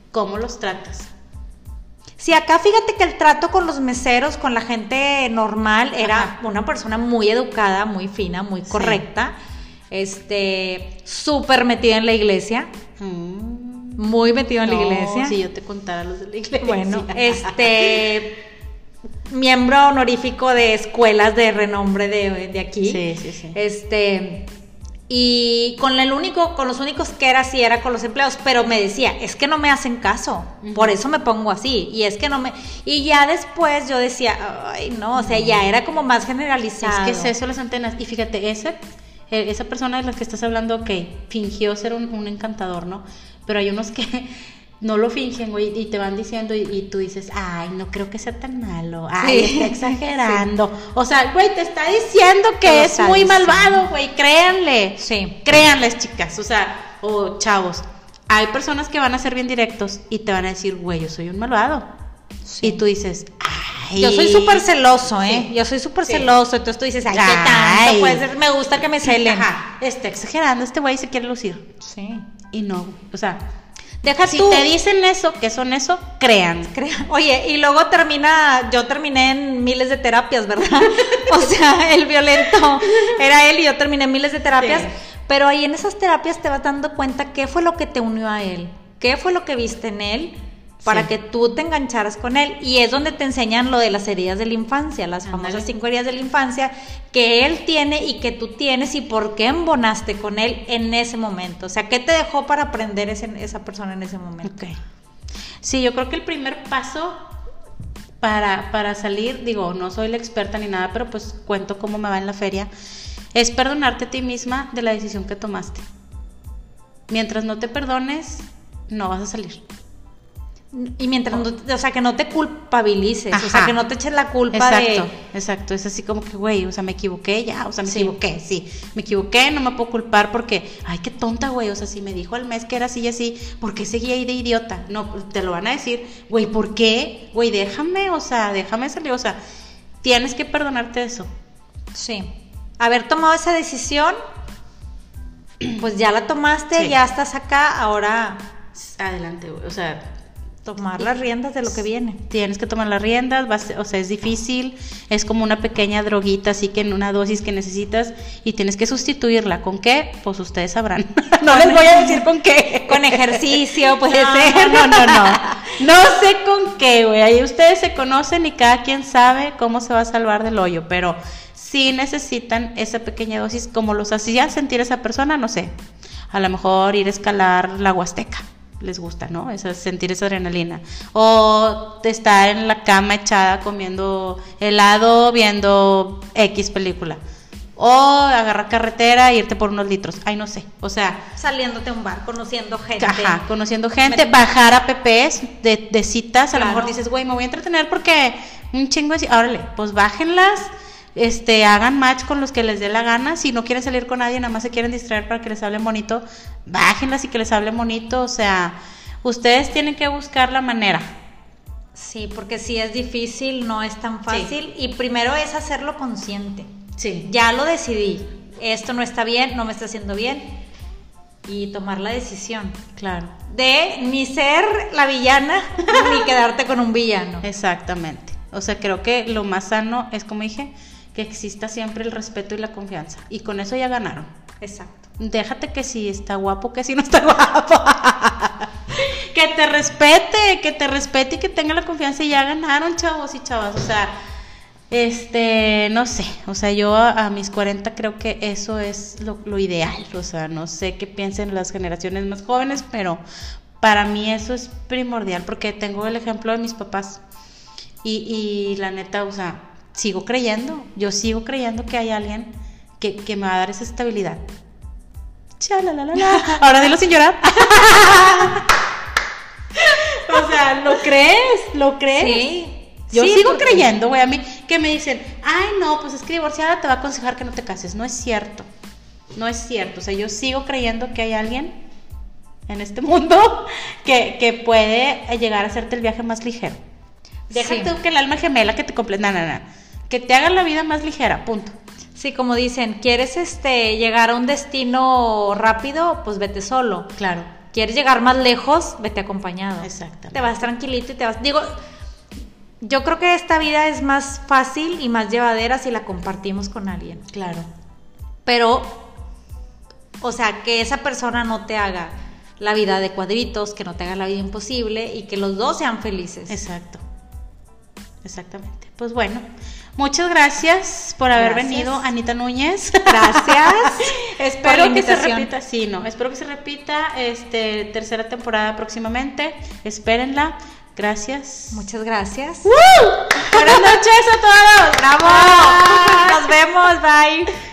Speaker 1: ¿cómo los tratas?
Speaker 2: Sí, acá fíjate que el trato con los meseros, con la gente normal, era
Speaker 1: Ajá.
Speaker 2: una persona muy educada, muy fina, muy correcta, sí. este, súper metida en la iglesia, mm. muy metido en no, la iglesia.
Speaker 1: Si yo te contara los de la iglesia.
Speaker 2: Bueno, este, miembro honorífico de escuelas de renombre de, de aquí.
Speaker 1: Sí, sí, sí.
Speaker 2: Este... Y con el único, con los únicos que era así era con los empleados, pero me decía, es que no me hacen caso, uh-huh. por eso me pongo así, y es que no me, y ya después yo decía, ay no, o sea, ya era como más generalizado.
Speaker 1: Es que es eso las antenas, y fíjate, ese, esa persona de la que estás hablando, ok, fingió ser un, un encantador, ¿no? Pero hay unos que no lo fingen, güey, y te van diciendo y, y tú dices, ay, no creo que sea tan malo, ay, sí. está exagerando. Sí. O sea, güey, te está diciendo que es muy diciendo. malvado, güey, créanle.
Speaker 2: Sí.
Speaker 1: Créanles, chicas, o sea, o oh, chavos. Hay personas que van a ser bien directos y te van a decir, güey, yo soy un malvado. Sí. Y tú dices, ay.
Speaker 2: Yo soy súper celoso, ¿eh? Sí. Yo soy súper sí. celoso, entonces tú dices, ay, ay. qué tanto, puede ser, me gusta que me celen.
Speaker 1: Ajá, está exagerando, este güey se quiere lucir.
Speaker 2: Sí.
Speaker 1: Y no, o sea... Deja si tú. te dicen eso, que son eso, crean.
Speaker 2: crean. Oye, y luego termina, yo terminé en miles de terapias, ¿verdad? O sea, el violento era él y yo terminé en miles de terapias, sí. pero ahí en esas terapias te vas dando cuenta qué fue lo que te unió a él, qué fue lo que viste en él para sí. que tú te engancharas con él, y es donde te enseñan lo de las heridas de la infancia, las Andale. famosas cinco heridas de la infancia que él tiene y que tú tienes, y por qué embonaste con él en ese momento, o sea, qué te dejó para aprender ese, esa persona en ese momento.
Speaker 1: Okay. Sí, yo creo que el primer paso para, para salir, digo, no soy la experta ni nada, pero pues cuento cómo me va en la feria, es perdonarte a ti misma de la decisión que tomaste. Mientras no te perdones, no vas a salir.
Speaker 2: Y mientras, oh. no, o sea, que no te culpabilices, Ajá. o sea, que no te eches la culpa
Speaker 1: exacto,
Speaker 2: de...
Speaker 1: Exacto, exacto, es así como que, güey, o sea, me equivoqué ya, o sea, me sí. equivoqué, sí, me equivoqué, no me puedo culpar porque, ay, qué tonta, güey, o sea, si me dijo al mes que era así y así, ¿por qué seguía ahí de idiota? No, te lo van a decir, güey, ¿por qué? Güey, déjame, o sea, déjame salir, o sea, tienes que perdonarte eso.
Speaker 2: Sí, haber tomado esa decisión, pues ya la tomaste, sí. ya estás acá, ahora...
Speaker 1: Adelante, güey, o sea...
Speaker 2: Tomar las riendas de lo que viene.
Speaker 1: Tienes que tomar las riendas, vas, o sea, es difícil, es como una pequeña droguita, así que en una dosis que necesitas y tienes que sustituirla. ¿Con qué? Pues ustedes sabrán. No les voy a decir con qué.
Speaker 2: Con ejercicio, puede
Speaker 1: no,
Speaker 2: ser.
Speaker 1: No, no, no. No sé con qué, güey. Ahí ustedes se conocen y cada quien sabe cómo se va a salvar del hoyo, pero sí necesitan esa pequeña dosis, como los hacía sentir esa persona, no sé. A lo mejor ir a escalar la Huasteca. Les gusta, ¿no? Esa, sentir esa adrenalina. O estar en la cama echada comiendo helado, viendo X película. O agarrar carretera e irte por unos litros. Ay, no sé. O sea...
Speaker 2: Saliéndote a un bar, conociendo gente.
Speaker 1: Ajá, conociendo gente. Me... Bajar a P Pes de, de citas. Claro. A lo mejor dices, güey, me voy a entretener porque un chingo de... Órale, pues bájenlas. Este, hagan match con los que les dé la gana. Si no quieren salir con nadie, nada más se quieren distraer para que les hablen bonito, bájenlas y que les hablen bonito. O sea, ustedes tienen que buscar la manera.
Speaker 2: Sí, porque si es difícil, no es tan fácil. Sí. Y primero es hacerlo consciente.
Speaker 1: Sí.
Speaker 2: Ya lo decidí, esto no está bien, no me está haciendo bien, y tomar la decisión.
Speaker 1: Claro.
Speaker 2: De ni ser la villana, ni quedarte con un villano.
Speaker 1: Exactamente. O sea, creo que lo más sano es, como dije, que exista siempre el respeto y la confianza. Y con eso ya ganaron.
Speaker 2: Exacto.
Speaker 1: Déjate que si está guapo, que si no está guapo. Que te respete, que te respete y que tenga la confianza, y ya ganaron, chavos y chavas. O sea, este, no sé. O sea, yo a, a mis cuarenta creo que eso es lo, lo ideal. O sea, no sé qué piensen las generaciones más jóvenes, pero para mí eso es primordial, porque tengo el ejemplo de mis papás. Y, y la neta, o sea, sigo creyendo, yo sigo creyendo que hay alguien que, que me va a dar esa estabilidad. Chalalalala. Ahora dilo sin llorar. O sea, ¿lo crees? ¿Lo crees?
Speaker 2: Sí.
Speaker 1: Yo
Speaker 2: sí,
Speaker 1: sigo
Speaker 2: porque...
Speaker 1: creyendo, güey, a mí, que me dicen, ay, no, pues es que divorciada te va a aconsejar que no te cases. No es cierto, no es cierto. O sea, yo sigo creyendo que hay alguien en este mundo que, que puede llegar a hacerte el viaje más ligero. Déjate sí. que el alma gemela que te completa, no, no, no, que te haga la vida más ligera, punto.
Speaker 2: Sí, como dicen, ¿quieres este llegar a un destino rápido? Pues vete solo.
Speaker 1: Claro.
Speaker 2: quieres llegar más lejos, vete acompañado.
Speaker 1: Exactamente.
Speaker 2: Te vas tranquilito y te vas... Digo, yo creo que esta vida es más fácil y más llevadera si la compartimos con alguien.
Speaker 1: Claro.
Speaker 2: Pero, o sea, que esa persona no te haga la vida de cuadritos, que no te haga la vida imposible y que los dos sean felices.
Speaker 1: Exacto. Exactamente. Pues bueno, muchas gracias por haber
Speaker 2: Gracias.
Speaker 1: venido, Anita Núñez.
Speaker 2: Gracias.
Speaker 1: Espero que se repita, sí, no, espero que se repita, este, tercera temporada próximamente, espérenla, gracias.
Speaker 2: Muchas gracias.
Speaker 1: ¡Woo! Buenas noches a todos.
Speaker 2: ¡Bravo!
Speaker 1: Bye.
Speaker 2: Nos vemos, bye.